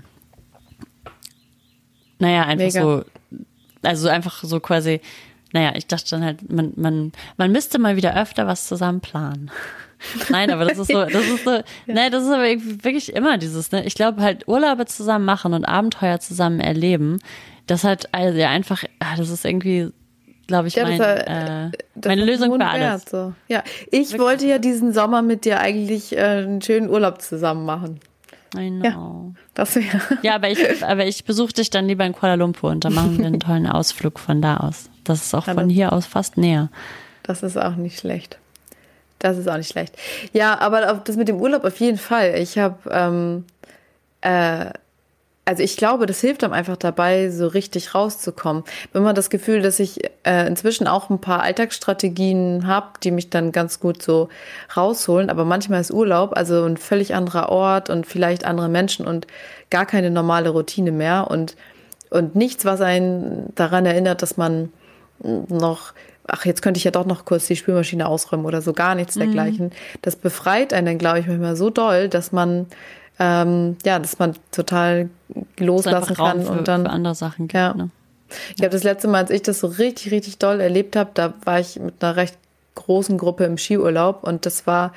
naja, einfach Mega. so, also einfach so quasi, naja, ich dachte dann halt, man, man, man müsste mal wieder öfter was zusammen planen. Nein, aber das ist so, das ist so, ja. ne, das ist aber wirklich immer dieses, ne, ich glaube halt Urlaube zusammen machen und Abenteuer zusammen erleben, das hat also ja einfach, das ist irgendwie, glaube ich, ja, mein, war, äh, meine Lösung für alles.
Wert, so. Ja, ich wirklich. wollte ja diesen Sommer mit dir eigentlich äh, einen schönen Urlaub zusammen machen.
I know.
Ja, das wäre.
Ja, aber ich, aber ich besuche dich dann lieber in Kuala Lumpur und dann machen wir einen tollen Ausflug von da aus. Das ist auch ja, von hier aus fast näher.
Das ist auch nicht schlecht. Das ist auch nicht schlecht. Ja, aber das mit dem Urlaub auf jeden Fall. Ich habe, ähm, äh, also ich glaube, das hilft einem einfach dabei, so richtig rauszukommen. Wenn man das Gefühl, dass ich äh, inzwischen auch ein paar Alltagsstrategien habe, die mich dann ganz gut so rausholen. Aber manchmal ist Urlaub, also ein völlig anderer Ort und vielleicht andere Menschen und gar keine normale Routine mehr. Und, und nichts, was einen daran erinnert, dass man noch, ach, jetzt könnte ich ja doch noch kurz die Spülmaschine ausräumen oder so, gar nichts dergleichen. Mhm. Das befreit einen dann, glaube ich, manchmal so doll, dass man Ähm, ja, dass man total loslassen kann
für,
und dann
für andere Sachen gibt,
ja.
ne?
Ich glaube, das letzte Mal, als ich das so richtig, richtig doll erlebt habe, da war ich mit einer recht großen Gruppe im Skiurlaub und das war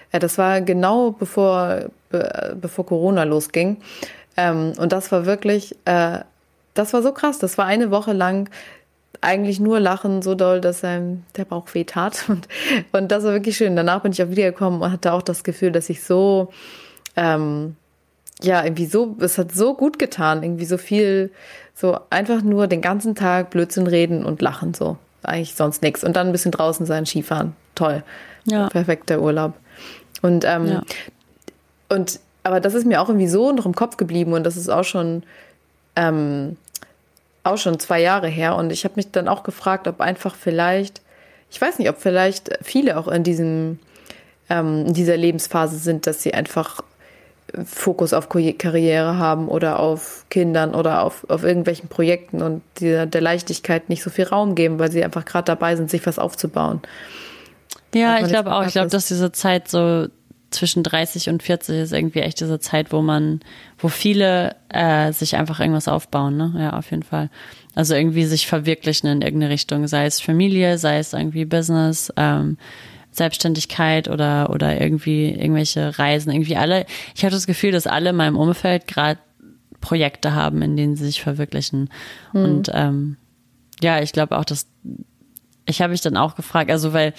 Ja, das war genau bevor, be, bevor Corona losging. Ähm, und das war wirklich, äh, das war so krass. Das war eine Woche lang eigentlich nur lachen, so doll, dass einem der Bauch weh tat. Und, und das war wirklich schön. Danach bin ich auch wiedergekommen und hatte auch das Gefühl, dass ich so, ähm, ja, irgendwie so, es hat so gut getan. Irgendwie so viel, so einfach nur den ganzen Tag Blödsinn reden und lachen, so. Eigentlich sonst nichts. Und dann ein bisschen draußen sein, Skifahren. Toll. Ja. Perfekter Urlaub. Und, ähm, ja. und, aber das ist mir auch irgendwie so noch im Kopf geblieben und das ist auch schon, ähm, auch schon zwei Jahre her. Und ich habe mich dann auch gefragt, ob einfach vielleicht, ich weiß nicht, ob vielleicht viele auch in diesem, ähm, in dieser Lebensphase sind, dass sie einfach Fokus auf Karriere haben oder auf Kindern oder auf, auf irgendwelchen Projekten und die, der Leichtigkeit nicht so viel Raum geben, weil sie einfach gerade dabei sind, sich was aufzubauen.
Ja, ich glaube auch. Ich glaube, dass diese Zeit so zwischen dreißig und vierzig ist irgendwie echt diese Zeit, wo man, wo viele äh, sich einfach irgendwas aufbauen, ne? Ja, auf jeden Fall. Also irgendwie sich verwirklichen in irgendeine Richtung, sei es Familie, sei es irgendwie Business, ähm, Selbstständigkeit oder oder irgendwie irgendwelche Reisen, irgendwie alle. Ich habe das Gefühl, dass alle in meinem Umfeld gerade Projekte haben, in denen sie sich verwirklichen. Mhm. Und ähm, ja, ich glaube auch, dass ich habe mich dann auch gefragt, also weil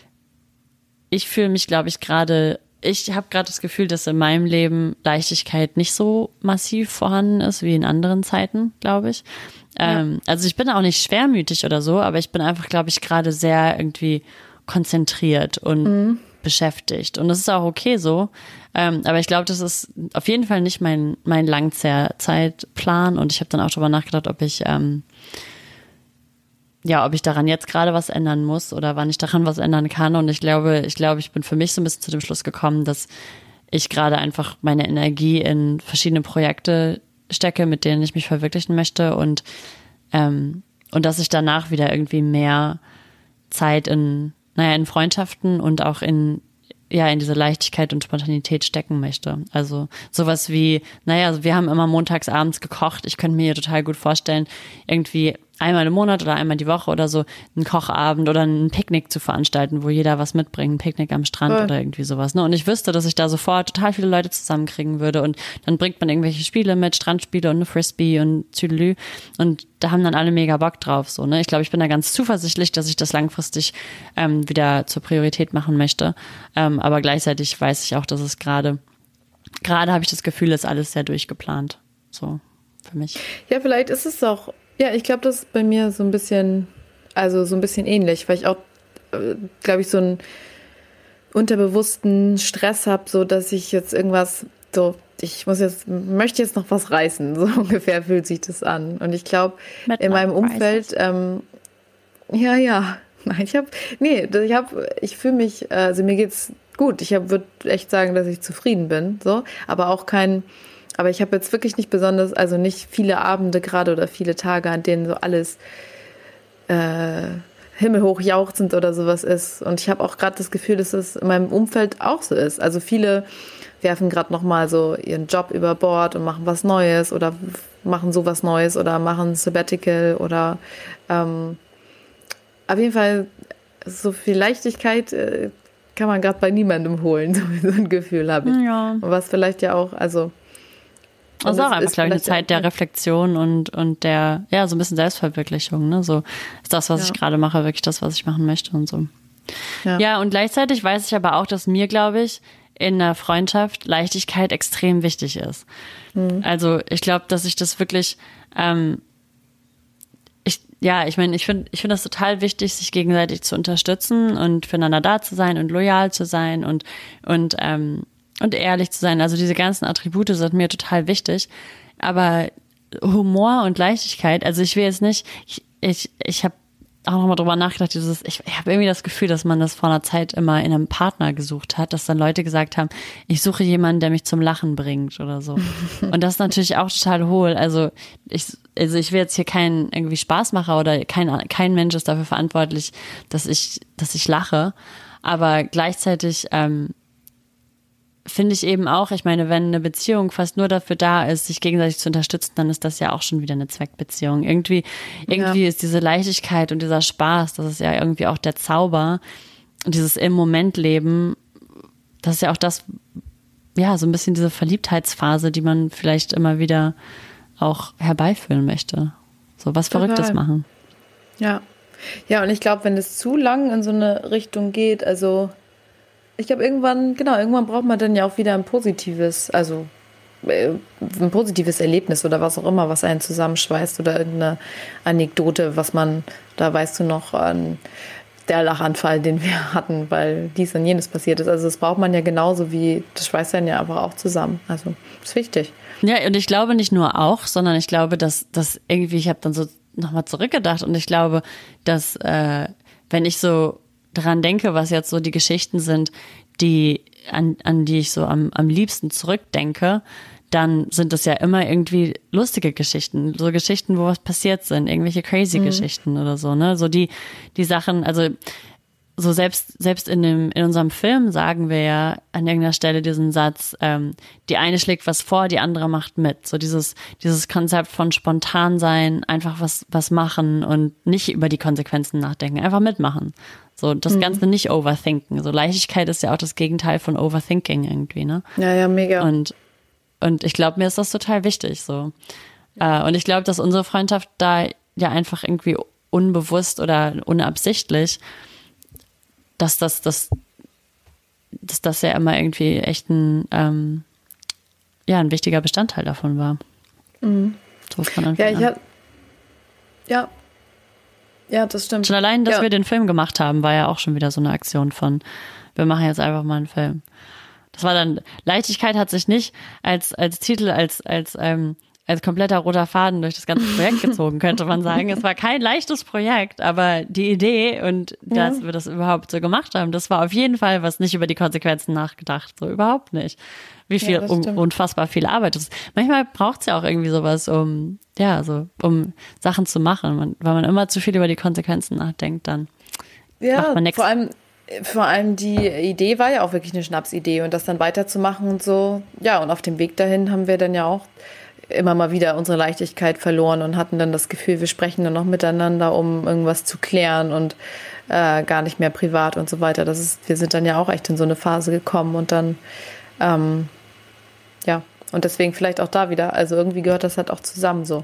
ich fühle mich, glaube ich, gerade, ich habe gerade das Gefühl, dass in meinem Leben Leichtigkeit nicht so massiv vorhanden ist wie in anderen Zeiten, glaube ich. Ja. Ähm, also ich bin auch nicht schwermütig oder so, aber ich bin einfach, glaube ich, gerade sehr irgendwie konzentriert und mhm. beschäftigt. Und das ist auch okay so. Ähm, aber ich glaube, das ist auf jeden Fall nicht mein, mein Langzeitplan. Und ich habe dann auch darüber nachgedacht, ob ich ähm, ja, ob ich daran jetzt gerade was ändern muss oder wann ich daran was ändern kann. Und ich glaube, ich glaube, ich bin für mich so ein bisschen zu dem Schluss gekommen, dass ich gerade einfach meine Energie in verschiedene Projekte stecke, mit denen ich mich verwirklichen möchte und ähm, und dass ich danach wieder irgendwie mehr Zeit in, naja, in Freundschaften und auch in ja, in diese Leichtigkeit und Spontanität stecken möchte. Also sowas wie, naja, wir haben immer montags abends gekocht. Ich könnte mir total gut vorstellen, irgendwie einmal im Monat oder einmal die Woche oder so einen Kochabend oder ein Picknick zu veranstalten, wo jeder was mitbringt, ein Picknick am Strand cool. oder irgendwie sowas. Ne? Und ich wüsste, dass ich da sofort total viele Leute zusammenkriegen würde und dann bringt man irgendwelche Spiele mit, Strandspiele und eine Frisbee und Tüdelü und da haben dann alle mega Bock drauf. So, ne? Ich glaube, ich bin da ganz zuversichtlich, dass ich das langfristig ähm, wieder zur Priorität machen möchte. Ähm, aber gleichzeitig weiß ich auch, dass es gerade, gerade habe ich das Gefühl, ist alles sehr durchgeplant. So, für mich.
Ja, vielleicht ist es auch, ja, ich glaube, das ist bei mir so ein bisschen, also so ein bisschen ähnlich, weil ich auch, äh, glaube ich, so einen unterbewussten Stress habe, so dass ich jetzt irgendwas, so, ich muss jetzt, möchte jetzt noch was reißen, so ungefähr fühlt sich das an. Und ich glaube, in meinem Umfeld, ähm, ja, ja, nein, ich habe, nee, ich habe, ich fühle mich, also mir geht's gut. Ich würde echt sagen, dass ich zufrieden bin, so, aber auch kein, aber ich habe jetzt wirklich nicht besonders, also nicht viele Abende gerade oder viele Tage, an denen so alles äh, himmelhoch jauchzend oder sowas ist. Und ich habe auch gerade das Gefühl, dass es in meinem Umfeld auch so ist. Also viele werfen gerade nochmal so ihren Job über Bord und machen was Neues oder machen sowas Neues oder machen Sabbatical oder ähm, auf jeden Fall so viel Leichtigkeit äh, kann man gerade bei niemandem holen, so ein Gefühl habe ich. Ja. Und was vielleicht ja auch, also
Das ist auch einfach, glaube ich, eine Zeit der Reflexion und, und der, ja, so ein bisschen Selbstverwirklichung, ne? So ist das, was ja. ich gerade mache, wirklich das, was ich machen möchte und so. Ja. ja, und gleichzeitig weiß ich aber auch, dass mir, glaube ich, in einer Freundschaft Leichtigkeit extrem wichtig ist. Mhm. Also ich glaube, dass ich das wirklich, ähm, ich, ja, ich meine, ich finde ich finde das total wichtig, sich gegenseitig zu unterstützen und füreinander da zu sein und loyal zu sein und, und, ähm, und ehrlich zu sein. Also diese ganzen Attribute sind mir total wichtig. Aber Humor und Leichtigkeit, also ich will jetzt nicht, ich, ich, ich habe auch nochmal drüber nachgedacht, dieses, ich, ich habe irgendwie das Gefühl, dass man das vor einer Zeit immer in einem Partner gesucht hat, dass dann Leute gesagt haben, ich suche jemanden, der mich zum Lachen bringt oder so. Und das ist natürlich auch total hohl. Also ich, also ich will jetzt hier keinen irgendwie Spaßmacher oder kein, kein Mensch ist dafür verantwortlich, dass ich, dass ich lache. Aber gleichzeitig, ähm, finde ich eben auch, ich meine, wenn eine Beziehung fast nur dafür da ist, sich gegenseitig zu unterstützen, dann ist das ja auch schon wieder eine Zweckbeziehung. Irgendwie, irgendwie ja. ist diese Leichtigkeit und dieser Spaß, das ist ja irgendwie auch der Zauber, dieses im Moment leben, das ist ja auch das, ja, so ein bisschen diese Verliebtheitsphase, die man vielleicht immer wieder auch herbeiführen möchte. So was Verrücktes machen.
Ja. Ja, und ich glaube, wenn es zu lang in so eine Richtung geht, also ich glaube, irgendwann, genau, irgendwann braucht man dann ja auch wieder ein positives, also äh, ein positives Erlebnis oder was auch immer, was einen zusammenschweißt oder irgendeine Anekdote, was man, da weißt du noch, an der Lachanfall, den wir hatten, weil dies und jenes passiert ist. Also das braucht man ja genauso wie, das schweißt dann ja einfach auch zusammen. Also das ist wichtig.
Ja, und ich glaube nicht nur auch, sondern ich glaube, dass, dass irgendwie, ich habe dann so nochmal zurückgedacht und ich glaube, dass äh, wenn ich so dran denke, was jetzt so die Geschichten sind, die an, an die ich so am, am liebsten zurückdenke, dann sind das ja immer irgendwie lustige Geschichten, so Geschichten, wo was passiert sind, irgendwelche crazy mhm. Geschichten oder so, ne? So die, die Sachen, also so selbst, selbst in dem, in unserem Film sagen wir ja an irgendeiner Stelle diesen Satz, ähm, die eine schlägt was vor, die andere macht mit. So dieses, dieses Konzept von spontan sein, einfach was, was machen und nicht über die Konsequenzen nachdenken, einfach mitmachen. So, das mhm. Ganze nicht overthinken. So Leichtigkeit ist ja auch das Gegenteil von Overthinking irgendwie, ne?
Ja, ja, mega.
Und, und ich glaube, mir ist das total wichtig, so. Äh, und ich glaube, dass unsere Freundschaft da ja einfach irgendwie unbewusst oder unabsichtlich, dass das, das, dass das ja immer irgendwie echt ein, ähm, ja, ein wichtiger Bestandteil davon war.
Mhm.
So von Anfang
ja, ich
an.
hab, ja, ja, das stimmt.
Schon allein, dass
ja.
wir den Film gemacht haben, war ja auch schon wieder so eine Aktion von, wir machen jetzt einfach mal einen Film. Das war dann, Leichtigkeit hat sich nicht als, als Titel, als, als, ähm, als kompletter roter Faden durch das ganze Projekt gezogen, könnte man sagen. Es war kein leichtes Projekt, aber die Idee und dass ja. wir das überhaupt so gemacht haben, das war auf jeden Fall was, nicht über die Konsequenzen nachgedacht, so überhaupt nicht. Wie viel, ja, um, unfassbar viel Arbeit ist. Manchmal braucht es ja auch irgendwie sowas, um, ja, so, um Sachen zu machen. Man, weil man immer zu viel über die Konsequenzen nachdenkt, dann
ja,
macht man nichts.
Vor allem, vor allem die Idee war ja auch wirklich eine Schnapsidee und das dann weiterzumachen und so. Ja, und auf dem Weg dahin haben wir dann ja auch immer mal wieder unsere Leichtigkeit verloren und hatten dann das Gefühl, wir sprechen nur noch miteinander, um irgendwas zu klären und äh, gar nicht mehr privat und so weiter. Das ist, wir sind dann ja auch echt in so eine Phase gekommen und dann, ähm, ja, und deswegen vielleicht auch da wieder, also irgendwie gehört das halt auch zusammen so.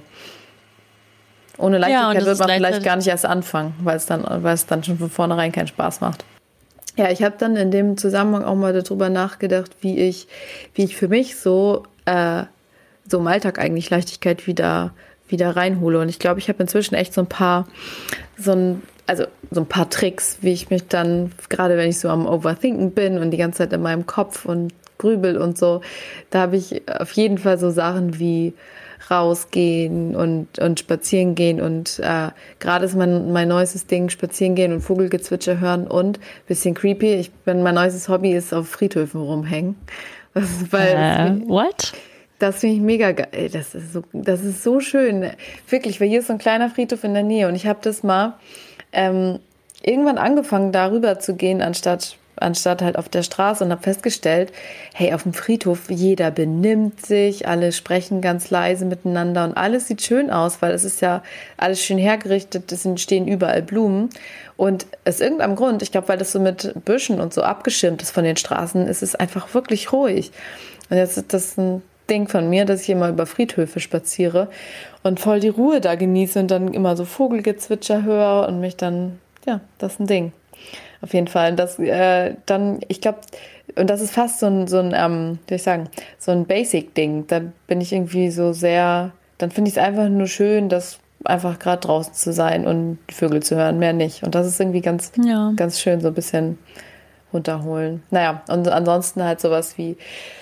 Ohne Leichtigkeit ja, wird man vielleicht gar nicht erst anfangen, weil es dann, weil es dann schon von vornherein keinen Spaß macht. Ja, ich habe dann in dem Zusammenhang auch mal darüber nachgedacht, wie ich, wie ich für mich so äh, so im Alltag eigentlich Leichtigkeit wieder, wieder reinhole. Und ich glaube, ich habe inzwischen echt so ein paar, so ein, also so ein paar Tricks, wie ich mich dann, gerade wenn ich so am Overthinken bin und die ganze Zeit in meinem Kopf und grübel und so, da habe ich auf jeden Fall so Sachen wie rausgehen und, und spazieren gehen und äh, gerade ist mein, mein neuestes Ding, spazieren gehen und Vogelgezwitscher hören und bisschen creepy, ich bin, mein neuestes Hobby ist auf Friedhöfen rumhängen. Das ist, weil
uh, what?
Das finde ich mega geil. Das ist so, das ist so schön. Wirklich, weil hier ist so ein kleiner Friedhof in der Nähe. Und ich habe das mal ähm, irgendwann angefangen, darüber zu gehen, anstatt, anstatt halt auf der Straße und habe festgestellt, hey, auf dem Friedhof, jeder benimmt sich, alle sprechen ganz leise miteinander und alles sieht schön aus, weil es ist ja alles schön hergerichtet, es stehen überall Blumen. Und aus irgendeinem Grund, ich glaube, weil das so mit Büschen und so abgeschirmt ist von den Straßen, ist es einfach wirklich ruhig. Und jetzt ist das ein Ding von mir, dass ich immer über Friedhöfe spaziere und voll die Ruhe da genieße und dann immer so Vogelgezwitscher höre und mich dann, ja, das ist ein Ding. Auf jeden Fall. Das, äh, dann, ich glaube, und das ist fast so ein, so ein ähm, wie soll ich sagen, so ein Basic-Ding. Da bin ich irgendwie so sehr, dann finde ich es einfach nur schön, das einfach gerade draußen zu sein und die Vögel zu hören, mehr nicht. Und das ist irgendwie ganz, ja. ganz schön, so ein bisschen runterholen. Naja, und ansonsten halt sowas wie,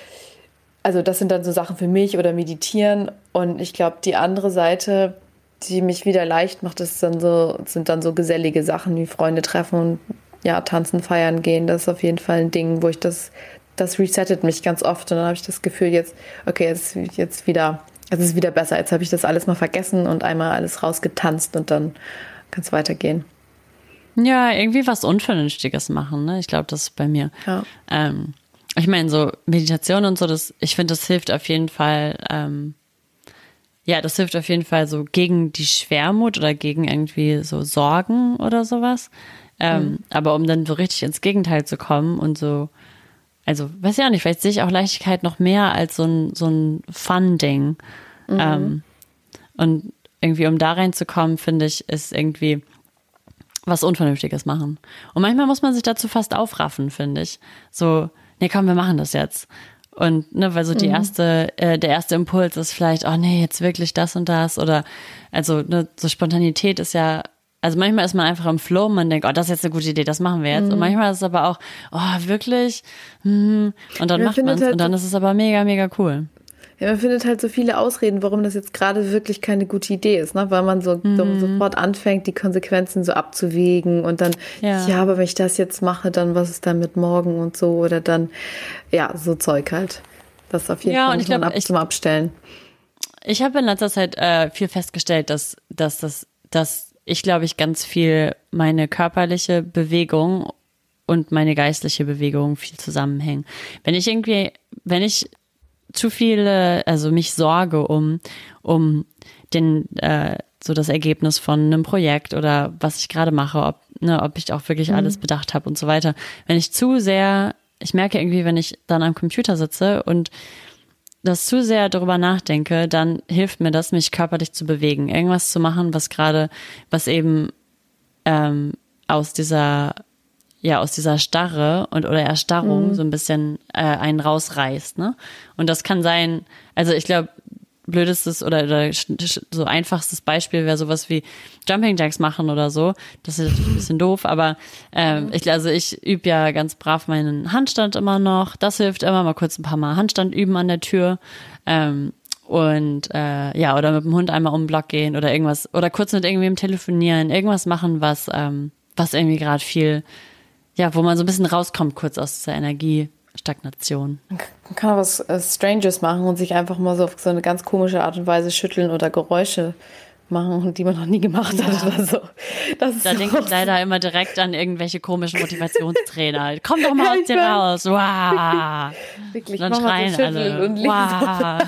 also das sind dann so Sachen für mich oder meditieren und ich glaube, die andere Seite, die mich wieder leicht macht, ist dann so, sind dann so gesellige Sachen wie Freunde treffen und ja, tanzen, feiern gehen. Das ist auf jeden Fall ein Ding, wo ich das, das resettet mich ganz oft und dann habe ich das Gefühl jetzt, okay, jetzt, jetzt wieder, es ist wieder besser. Jetzt habe ich das alles mal vergessen und einmal alles rausgetanzt und dann kann es weitergehen.
Ja, irgendwie was Unvernünftiges machen, ne? Ich glaube, das ist bei mir.
Ja.
Ähm, Ich meine, so Meditation und so, das, ich finde, das hilft auf jeden Fall, ähm, ja, das hilft auf jeden Fall so gegen die Schwermut oder gegen irgendwie so Sorgen oder sowas. Ähm, mhm. Aber um dann so richtig ins Gegenteil zu kommen und so, also weiß ja nicht, vielleicht sehe ich auch Leichtigkeit noch mehr als so ein, so ein Fun-Ding. Mhm. Ähm, und irgendwie, um da reinzukommen, finde ich, ist irgendwie was Unvernünftiges machen. Und manchmal muss man sich dazu fast aufraffen, finde ich. So, nee, komm, wir machen das jetzt. Und ne, weil so die erste, äh, der erste Impuls ist vielleicht, oh nee, jetzt wirklich das und das. Oder also ne, so Spontanität ist ja, also manchmal ist man einfach im Flow, man denkt, oh, das ist jetzt eine gute Idee, das machen wir jetzt. Mhm. Und manchmal ist es aber auch, oh, wirklich? Hm. Und dann ja, macht man es halt und dann ist es aber mega, mega cool.
Ja, man findet halt so viele Ausreden, warum das jetzt gerade wirklich keine gute Idee ist, ne? Weil man so, mhm. so sofort anfängt, die Konsequenzen so abzuwägen und dann, ja. ja, aber wenn ich das jetzt mache, dann was ist dann mit morgen und so oder dann, ja, so Zeug halt. Das auf jeden
ja,
Fall
und ich glaub,
ab,
ich,
zum Abstellen.
Ich habe in letzter Zeit äh, viel festgestellt, dass, dass, dass, dass ich, glaube ich, ganz viel meine körperliche Bewegung und meine geistliche Bewegung viel zusammenhängen. Wenn ich irgendwie, wenn ich zu viele, also mich sorge um, um den, äh, so das Ergebnis von einem Projekt oder was ich gerade mache, ob, ne, ob ich auch wirklich mhm. alles bedacht habe und so weiter. Wenn ich zu sehr, ich merke irgendwie, wenn ich dann am Computer sitze und das zu sehr darüber nachdenke, dann hilft mir das, mich körperlich zu bewegen, irgendwas zu machen, was gerade, was eben ähm, aus dieser ja aus dieser Starre und oder Erstarrung mhm. so ein bisschen äh, einen rausreißt, ne? Und das kann sein, also ich glaube, blödestes oder, oder so einfachstes Beispiel wäre sowas wie Jumping Jacks machen oder so. Das ist natürlich ein bisschen doof, aber ähm, ich, also ich übe ja ganz brav meinen Handstand immer noch. Das hilft immer, mal kurz ein paar Mal Handstand üben an der Tür. Ähm, und äh, ja, oder mit dem Hund einmal um den Block gehen oder irgendwas, oder kurz mit irgendwem telefonieren, irgendwas machen, was, ähm, was irgendwie gerade viel, ja, wo man so ein bisschen rauskommt kurz aus dieser Energiestagnation.
Man kann auch was äh, Stranges machen und sich einfach mal so auf so eine ganz komische Art und Weise schütteln oder Geräusche machen, die man noch nie gemacht ja. hat oder so. Das ist
da
so
denke ich leider immer direkt an irgendwelche komischen Motivationstrainer. Komm doch mal aus dir raus. Wow.
Wirklich,
dann schreien
so
alle.
Und
wow.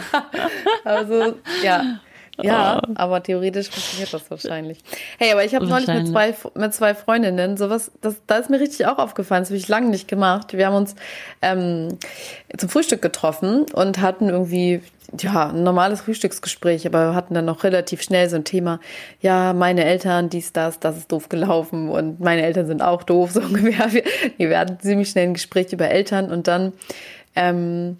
Also, ja. Ja, oh. aber theoretisch funktioniert das wahrscheinlich. Hey, aber ich habe neulich mit zwei, mit zwei Freundinnen sowas, das, da ist mir richtig auch aufgefallen, das habe ich lange nicht gemacht. Wir haben uns ähm, zum Frühstück getroffen und hatten irgendwie, ja, ein normales Frühstücksgespräch, aber wir hatten dann noch relativ schnell so ein Thema, ja, meine Eltern, dies, das, das ist doof gelaufen und meine Eltern sind auch doof, so ungefähr. Wir, wir hatten ziemlich schnell ein Gespräch über Eltern und dann ähm,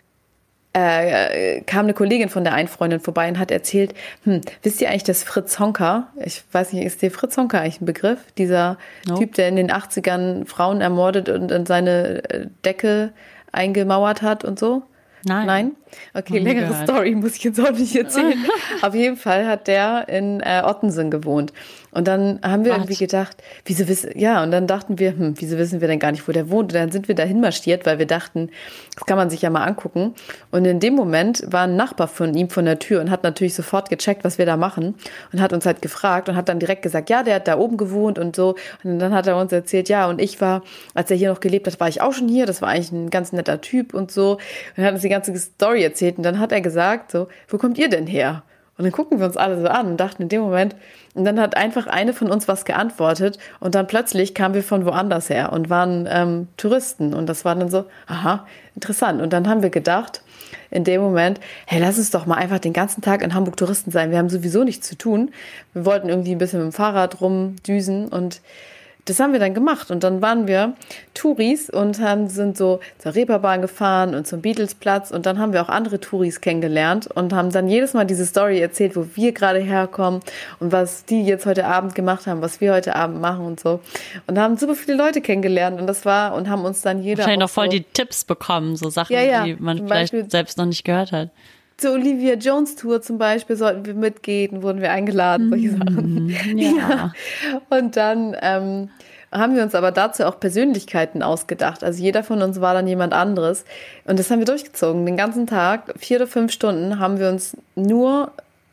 Äh, kam eine Kollegin von der einen Freundin vorbei und hat erzählt, hm, wisst ihr eigentlich, dass Fritz Honka, ich weiß nicht, ist dir Fritz Honka eigentlich ein Begriff? Dieser no. Typ, der in den achtzigern Frauen ermordet und in seine Decke eingemauert hat und so?
Nein.
Nein? Okay, oh längere God. Story muss ich jetzt auch nicht erzählen. Auf jeden Fall hat der in äh, Ottensen gewohnt. Und dann haben wir What? irgendwie gedacht, wieso wissen, ja, und dann dachten wir, hm, wieso wissen wir denn gar nicht, wo der wohnt? Und dann sind wir dahin marschiert, weil wir dachten, das kann man sich ja mal angucken. Und in dem Moment war ein Nachbar von ihm von der Tür und hat natürlich sofort gecheckt, was wir da machen und hat uns halt gefragt und hat dann direkt gesagt, ja, der hat da oben gewohnt und so. Und dann hat er uns erzählt, ja, und ich war, als er hier noch gelebt hat, war ich auch schon hier. Das war eigentlich ein ganz netter Typ und so. Und hat uns die ganze Story erzählt und dann hat er gesagt, so, wo kommt ihr denn her? Und dann gucken wir uns alle so an und dachten in dem Moment, und dann hat einfach eine von uns was geantwortet und dann plötzlich kamen wir von woanders her und waren ähm, Touristen und das war dann so, aha, interessant. Und dann haben wir gedacht, in dem Moment, hey, lass uns doch mal einfach den ganzen Tag in Hamburg Touristen sein. Wir haben sowieso nichts zu tun. Wir wollten irgendwie ein bisschen mit dem Fahrrad rumdüsen und das haben wir dann gemacht und dann waren wir Touris und haben, sind so zur Reeperbahn gefahren und zum Beatlesplatz und dann haben wir auch andere Touris kennengelernt und haben dann jedes Mal diese Story erzählt, wo wir gerade herkommen und was die jetzt heute Abend gemacht haben, was wir heute Abend machen und so und haben super viele Leute kennengelernt und das war und haben uns dann jeder
wahrscheinlich noch voll
so
die Tipps bekommen, so Sachen,
ja, ja,
die man vielleicht Beispiel selbst noch nicht gehört hat.
Zur Olivia Jones Tour zum Beispiel sollten wir mitgehen, wurden wir eingeladen, solche mm, Sachen.
Ja.
ja. Und dann ähm, haben wir uns aber dazu auch Persönlichkeiten ausgedacht. Also jeder von uns war dann jemand anderes. Und das haben wir durchgezogen. Den ganzen Tag, vier oder fünf Stunden, haben wir uns nur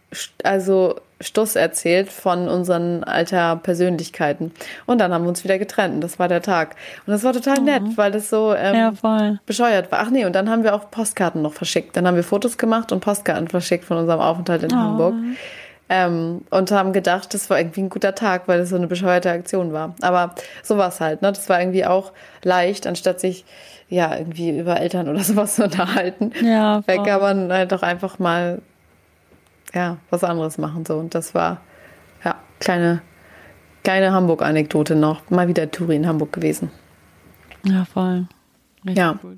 also Stuss erzählt von unseren alter Persönlichkeiten. Und dann haben wir uns wieder getrennt. Und das war der Tag. Und das war total nett, mhm. weil das so ähm,
ja, voll.
bescheuert war. Ach nee, und dann haben wir auch Postkarten noch verschickt. Dann haben wir Fotos gemacht und Postkarten verschickt von unserem Aufenthalt in oh. Hamburg. Ähm, und haben gedacht, das war irgendwie ein guter Tag, weil das so eine bescheuerte Aktion war. Aber so war es halt, ne? Das war irgendwie auch leicht, anstatt sich ja, irgendwie über Eltern oder sowas zu unterhalten.
Ja,
Da kann man halt doch einfach mal, ja, was anderes machen, so. Und das war, ja, kleine, kleine Hamburg-Anekdote noch. Mal wieder Touri in Hamburg gewesen.
Ja, voll. Richtig
Ja.
gut.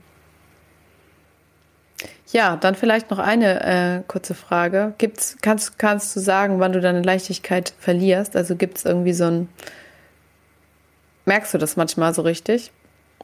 Ja, dann vielleicht noch eine äh, kurze Frage. Gibt's, kannst, kannst du sagen, wann du deine Leichtigkeit verlierst? Also gibt es irgendwie so ein, merkst du das manchmal so richtig?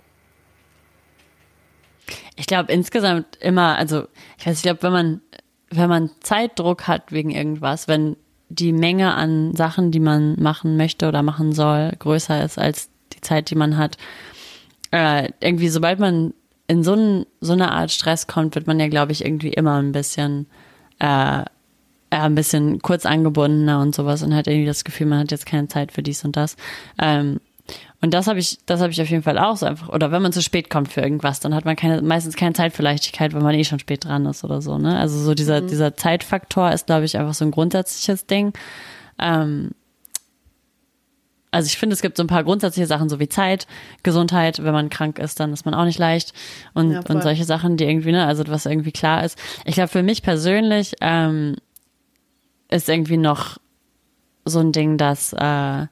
Ich glaube insgesamt immer, also ich weiß, ich glaube, wenn man, wenn man Zeitdruck hat wegen irgendwas, wenn die Menge an Sachen, die man machen möchte oder machen soll, größer ist als die Zeit, die man hat, äh, irgendwie sobald man in so, ein, so eine Art Stress kommt, wird man ja, glaube ich, irgendwie immer ein bisschen, äh, ja, ein bisschen kurz angebundener und sowas und hat irgendwie das Gefühl, man hat jetzt keine Zeit für dies und das. Ähm, und das habe ich, das habe ich auf jeden Fall auch so einfach. Oder wenn man zu spät kommt für irgendwas, dann hat man keine, meistens keine Zeit für Leichtigkeit, weil man eh schon spät dran ist oder so, ne? Also so dieser, mhm. dieser Zeitfaktor ist, glaube ich, einfach so ein grundsätzliches Ding. Ähm, Also ich finde, es gibt so ein paar grundsätzliche Sachen, so wie Zeit, Gesundheit. Wenn man krank ist, dann ist man auch nicht leicht. Und, ja, und solche Sachen, die irgendwie, ne, also was irgendwie klar ist. Ich glaube, für mich persönlich ähm, ist irgendwie noch so ein Ding, dass äh,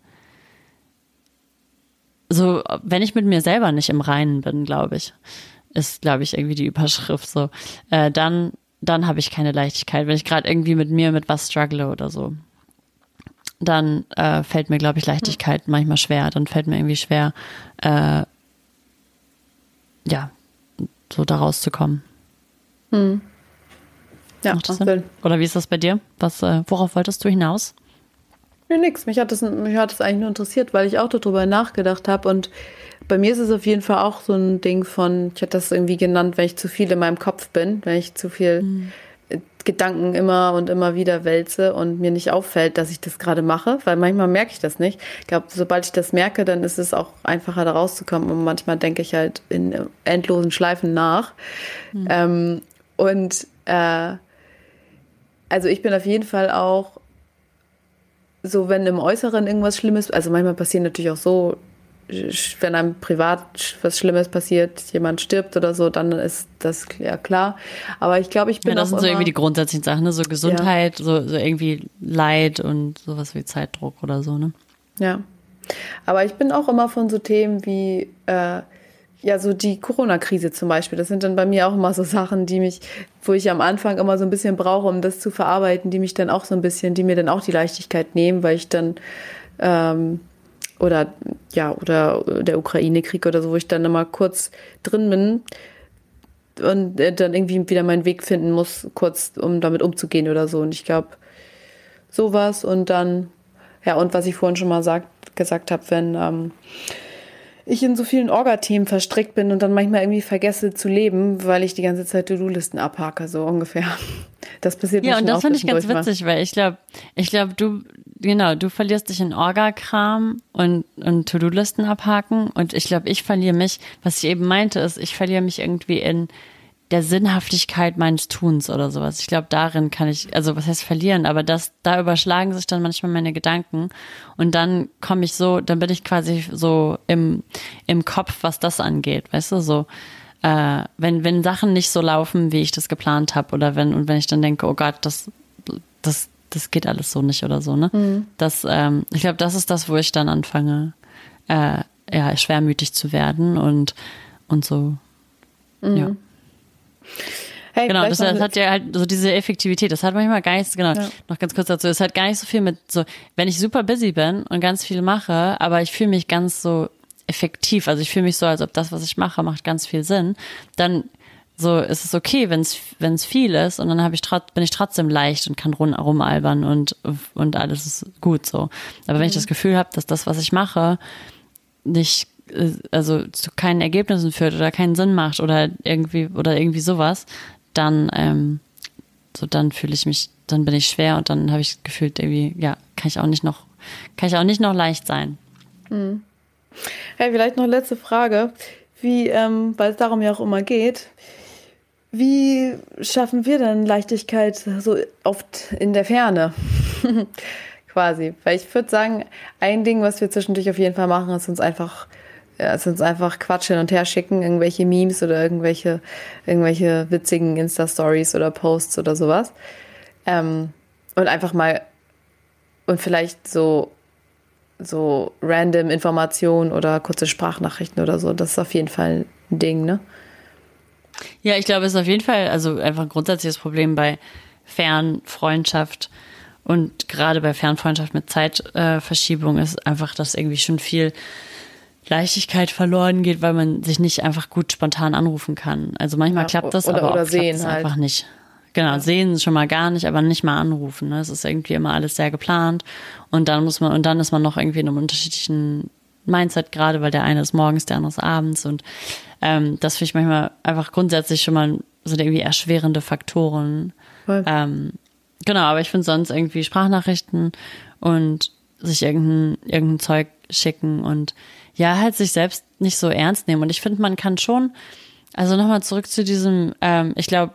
so, wenn ich mit mir selber nicht im Reinen bin, glaube ich, ist, glaube ich, irgendwie die Überschrift so, äh, dann, dann habe ich keine Leichtigkeit. Wenn ich gerade irgendwie mit mir mit was struggle oder so, dann äh, fällt mir, glaube ich, Leichtigkeit manchmal schwer. Dann fällt mir irgendwie schwer, äh, ja, so da rauszukommen.
Hm. Ja,
macht das Sinn? Oder wie ist das bei dir? Was, äh, worauf wolltest du hinaus?
Nee, nix. Mich hat das, mich hat das eigentlich nur interessiert, weil ich auch darüber nachgedacht habe. Und bei mir ist es auf jeden Fall auch so ein Ding von, ich hätte das irgendwie genannt, wenn ich zu viel in meinem Kopf bin, wenn ich zu viel hm. Gedanken immer und immer wieder wälze und mir nicht auffällt, dass ich das gerade mache, weil manchmal merke ich das nicht. Ich glaube, sobald ich das merke, dann ist es auch einfacher, da rauszukommen. Und manchmal denke ich halt in endlosen Schleifen nach. Mhm. Ähm, und äh, also ich bin auf jeden Fall auch so, wenn im Äußeren irgendwas Schlimmes, also manchmal passieren natürlich auch so, wenn einem privat was Schlimmes passiert, jemand stirbt oder so, dann ist das ja klar. Aber ich glaube, ich bin
ja, das
auch
sind so
immer,
irgendwie die grundsätzlichen Sachen, ne? So Gesundheit, ja. so, so irgendwie Leid und sowas wie Zeitdruck oder so, ne?
Ja. Aber ich bin auch immer von so Themen wie, äh, ja, so die Corona-Krise zum Beispiel. Das sind dann bei mir auch immer so Sachen, die mich, wo ich am Anfang immer so ein bisschen brauche, um das zu verarbeiten, die mich dann auch so ein bisschen, die mir dann auch die Leichtigkeit nehmen, weil ich dann, ähm, oder ja, oder der Ukraine-Krieg oder so, wo ich dann immer kurz drin bin und dann irgendwie wieder meinen Weg finden muss, kurz, um damit umzugehen oder so. Und ich glaube, sowas und dann, ja, und was ich vorhin schon mal sagt, gesagt habe, wenn ähm, ich in so vielen Orga-Themen verstrickt bin und dann manchmal irgendwie vergesse zu leben, weil ich die ganze Zeit To-Do-Listen abhake, so ungefähr. Das passiert mir
ja,
schon
und das
auch
finde ich ganz
zwischendurch
witzig, weil ich glaube, ich glaube, du, genau, du verlierst dich in Orga-Kram und, und To-Do-Listen abhaken und ich glaube, ich verliere mich, was ich eben meinte, ist, ich verliere mich irgendwie in der Sinnhaftigkeit meines Tuns oder sowas. Ich glaube, darin kann ich, also was heißt verlieren, aber das, da überschlagen sich dann manchmal meine Gedanken und dann komme ich so, dann bin ich quasi so im, im Kopf, was das angeht, weißt du, so, äh, wenn, wenn Sachen nicht so laufen, wie ich das geplant habe oder wenn, und wenn ich dann denke, oh Gott, das, das, das geht alles so nicht oder so, ne? Mhm. Das, ähm, ich glaube, das ist das, wo ich dann anfange, äh, ja, schwermütig zu werden und, und so, mhm. ja. Hey, genau, das, das hat ja halt so diese Effektivität, das hat manchmal gar nichts, genau, ja. noch ganz kurz dazu, es hat gar nicht so viel mit so, wenn ich super busy bin und ganz viel mache, aber ich fühle mich ganz so effektiv, also ich fühle mich so, als ob das, was ich mache, macht ganz viel Sinn, dann so ist es okay, wenn es wenn es viel ist und dann habe ich trot, bin ich trotzdem leicht und kann rum, rumalbern und und alles ist gut so. Aber wenn mhm. ich das Gefühl habe, dass das, was ich mache, nicht also zu keinen Ergebnissen führt oder keinen Sinn macht oder irgendwie oder irgendwie sowas, dann ähm, so dann fühle ich mich, dann bin ich schwer und dann habe ich gefühlt irgendwie, ja, kann ich auch nicht noch, kann ich auch nicht noch leicht sein.
Hm. Hey, vielleicht noch letzte Frage, wie, ähm, weil es darum ja auch immer geht, wie schaffen wir denn Leichtigkeit so oft in der Ferne? Quasi, weil ich würde sagen, ein Ding, was wir zwischendurch auf jeden Fall machen, ist uns einfach ja, uns einfach Quatsch hin und her schicken, irgendwelche Memes oder irgendwelche, irgendwelche witzigen Insta-Stories oder Posts oder sowas. Ähm, und einfach mal und vielleicht so, so random Informationen oder kurze Sprachnachrichten oder so. Das ist auf jeden Fall ein Ding, ne?
Ja, ich glaube, es ist auf jeden Fall also einfach ein grundsätzliches Problem bei Fernfreundschaft und gerade bei Fernfreundschaft mit Zeitverschiebung äh, ist einfach, dass irgendwie schon viel Leichtigkeit verloren geht, weil man sich nicht einfach gut spontan anrufen kann. Also manchmal ja, klappt das, oder, aber oder oft klappt es halt. einfach nicht. Genau, ja. Sehen schon mal gar nicht, aber nicht mal anrufen. Ne? Es ist irgendwie immer alles sehr geplant und dann muss man und dann ist man noch irgendwie in einem unterschiedlichen Mindset gerade, weil der eine ist morgens, der andere ist abends und ähm, das finde ich manchmal einfach grundsätzlich schon mal so irgendwie erschwerende Faktoren. Ähm, genau, aber ich finde sonst irgendwie Sprachnachrichten und sich irgendein, irgendein Zeug schicken und ja, halt sich selbst nicht so ernst nehmen. Und ich finde, man kann schon, also nochmal zurück zu diesem, ähm, ich glaube,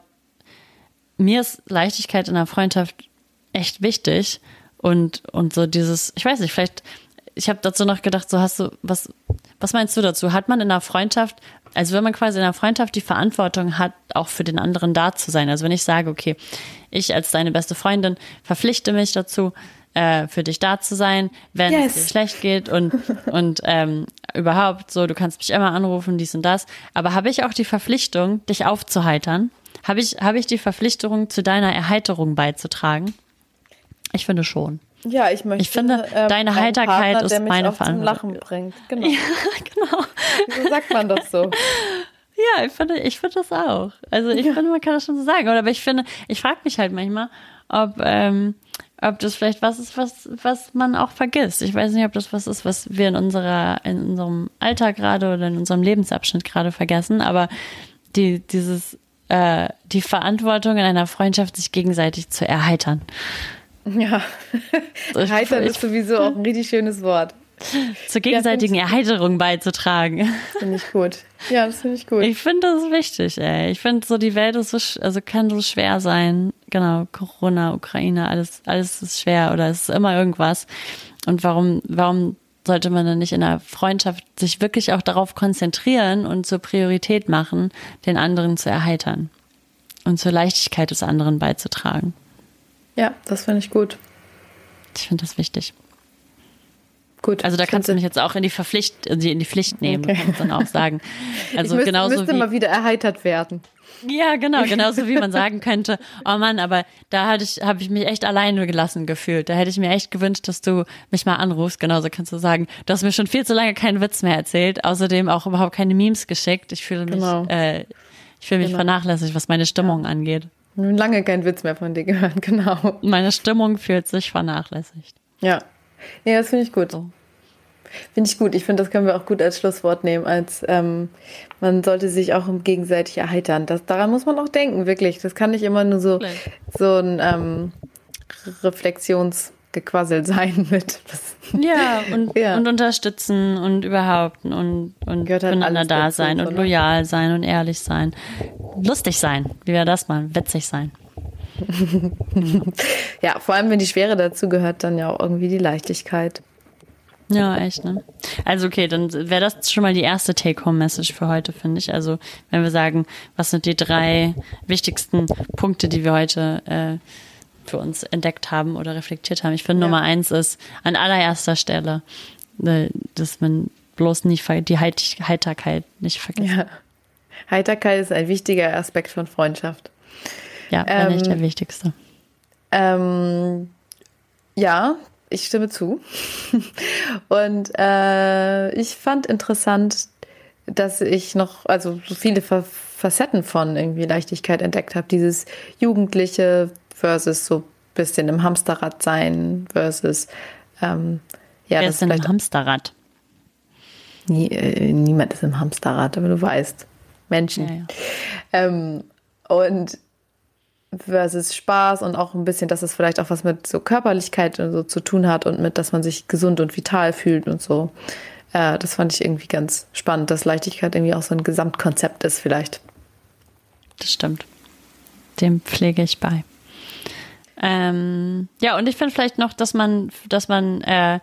mir ist Leichtigkeit in einer Freundschaft echt wichtig und, und so dieses, ich weiß nicht, vielleicht, ich habe dazu noch gedacht, so hast du, was, was meinst du dazu? Hat man in einer Freundschaft, also wenn man quasi in einer Freundschaft die Verantwortung hat, auch für den anderen da zu sein, also wenn ich sage, okay, ich als deine beste Freundin verpflichte mich dazu, äh, für dich da zu sein, wenn yes. es dir schlecht geht und, und ähm, überhaupt so, du kannst mich immer anrufen, dies und das, aber habe ich auch die Verpflichtung, dich aufzuheitern? Habe ich, habe ich die Verpflichtung, zu deiner Erheiterung beizutragen? Ich finde schon.
Ja, ich möchte.
Ich finde, ähm, deine Heiterkeit Partner, ist meine Verantwortung.
Zum Lachen bringt. Genau.
Ja, genau.
Wieso sagt man das so?
Ja, ich finde, ich finde das auch. Also ich ja. finde, man kann das schon so sagen. Oder aber ich finde, ich frage mich halt manchmal, ob, ähm, ob das vielleicht was ist, was, was man auch vergisst. Ich weiß nicht, ob das was ist, was wir in unserer, in unserem Alltag gerade oder in unserem Lebensabschnitt gerade vergessen. Aber die, dieses, äh, die Verantwortung in einer Freundschaft, sich gegenseitig zu erheitern.
Ja, Heitern ist sowieso auch ein richtig schönes Wort.
Zur gegenseitigen ja, Erheiterung beizutragen.
Finde ich gut. Ja, das finde ich gut.
Ich finde das wichtig, ey. Ich finde so, die Welt ist so, also kann so schwer sein. Genau, Corona, Ukraine, alles, alles ist schwer oder es ist immer irgendwas. Und warum, warum sollte man dann nicht in einer Freundschaft sich wirklich auch darauf konzentrieren und zur Priorität machen, den anderen zu erheitern und zur Leichtigkeit des anderen beizutragen?
Ja, das finde ich gut.
Ich finde das wichtig.
Gut.
Also da kannst du mich jetzt auch in die Verpflicht, in die Pflicht nehmen, okay. Und dann auch sagen. Also
ich müsste,
genauso
müsste
wie,
mal wieder erheitert werden.
Ja, genau, genauso wie man sagen könnte, oh Mann, aber da hatte ich, habe ich mich echt alleine gelassen gefühlt. Da hätte ich mir echt gewünscht, dass du mich mal anrufst. Genauso kannst du sagen, du hast mir schon viel zu lange keinen Witz mehr erzählt, außerdem auch überhaupt keine Memes geschickt. Ich fühle mich, genau. äh, ich fühle mich genau. vernachlässigt, was meine Stimmung ja. angeht.
Lange kein Witz mehr von dir gehört, genau.
Meine Stimmung fühlt sich vernachlässigt.
Ja, ja, das finde ich gut.
So.
Finde ich gut. Ich finde, das können wir auch gut als Schlusswort nehmen. Als ähm, man sollte sich auch gegenseitig erheitern. Das, daran muss man auch denken, wirklich. Das kann nicht immer nur so, so ein ähm, Reflexionsgequassel sein mit. Was,
ja, und, ja, und unterstützen und überhaupt und, und halt füreinander da sein und loyal sein und ehrlich sein. Lustig sein. Wie wäre das mal? Witzig sein.
Ja, vor allem, wenn die Schwere dazu gehört, dann ja auch irgendwie die Leichtigkeit.
Ja, echt, ne? Also okay, dann wäre das schon mal die erste Take-Home-Message für heute, finde ich. Also wenn wir sagen, was sind die drei wichtigsten Punkte, die wir heute äh, für uns entdeckt haben oder reflektiert haben. Ich finde, ja. Nummer eins ist an allererster Stelle, äh, dass man bloß nicht die Heit- Heiterkeit nicht vergisst.
Ja. Heiterkeit ist ein wichtiger Aspekt von Freundschaft.
Ja, wenn ähm, nicht der wichtigste.
Ähm, ja, ich stimme zu. Und äh, ich fand interessant, dass ich noch also so viele Facetten von irgendwie Leichtigkeit entdeckt habe. Dieses Jugendliche versus so ein bisschen im Hamsterrad sein versus ähm, ja,
Wer
das
ist denn im Hamsterrad?
Nie, äh, niemand ist im Hamsterrad, aber du weißt. Menschen.
Ja, ja.
Ähm, und versus Spaß und auch ein bisschen, dass es vielleicht auch was mit so Körperlichkeit und so zu tun hat und mit, dass man sich gesund und vital fühlt und so. Äh, das fand ich irgendwie ganz spannend, dass Leichtigkeit irgendwie auch so ein Gesamtkonzept ist vielleicht.
Das stimmt. Dem pflege ich bei. Ähm, ja, und ich finde vielleicht noch, dass man, dass man äh,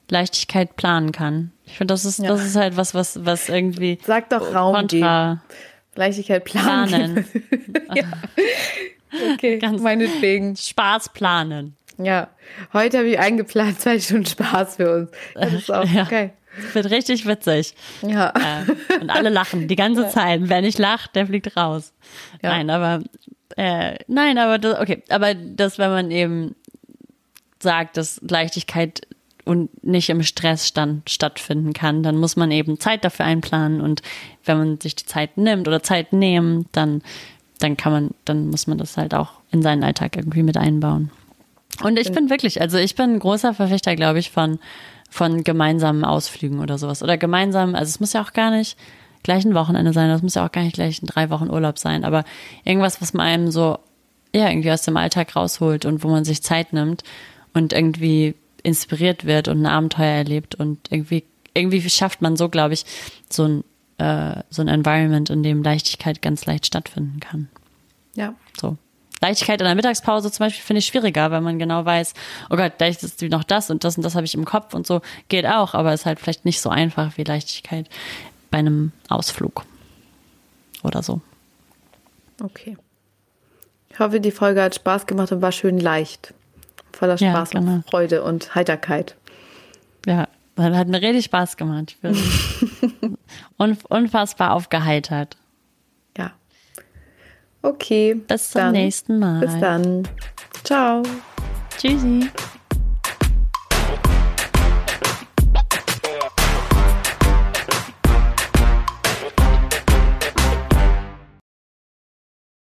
Leichtigkeit planen kann. Ich finde, das ist, ja. das ist halt was, was, was irgendwie.
Sag doch Raum
kontra
Leichtigkeit planen.
planen.
Ja. Okay,
Ganz
meinetwegen.
Spaß planen.
Ja, heute habe ich eingeplant, zwei Stunden Spaß für uns. Das ist auch
ja.
okay.
Das wird richtig witzig.
Ja.
Äh, und alle lachen die ganze ja. Zeit. Wer nicht lacht, der fliegt raus. Ja. Nein, aber äh, nein, aber das, okay, aber das, wenn man eben sagt, dass Leichtigkeit und nicht im Stressstand stattfinden kann, dann muss man eben Zeit dafür einplanen und wenn man sich die Zeit nimmt oder Zeit nehmen, dann dann kann man, dann muss man das halt auch in seinen Alltag irgendwie mit einbauen. Und ich bin wirklich, also ich bin ein großer Verfechter, glaube ich, von von gemeinsamen Ausflügen oder sowas. Oder gemeinsam, also es muss ja auch gar nicht gleich ein Wochenende sein, das muss ja auch gar nicht gleich ein drei Wochen Urlaub sein, aber irgendwas, was man einem so, ja, irgendwie aus dem Alltag rausholt und wo man sich Zeit nimmt und irgendwie inspiriert wird und ein Abenteuer erlebt und irgendwie, irgendwie schafft man so, glaube ich, so ein, äh, so ein Environment, in dem Leichtigkeit ganz leicht stattfinden kann.
Ja.
So. Leichtigkeit in der Mittagspause zum Beispiel finde ich schwieriger, weil man genau weiß, oh Gott, da ist noch das und das und das habe ich im Kopf und so, geht auch, aber ist halt vielleicht nicht so einfach wie Leichtigkeit bei einem Ausflug oder so.
Okay. Ich hoffe, die Folge hat Spaß gemacht und war schön leicht. Voller Spaß ja, genau. und Freude und Heiterkeit.
Ja, hat mir richtig Spaß gemacht. Ich bin unfassbar aufgeheitert.
Ja. Okay.
Bis zum
dann,
nächsten Mal.
Bis dann. Ciao.
Tschüssi.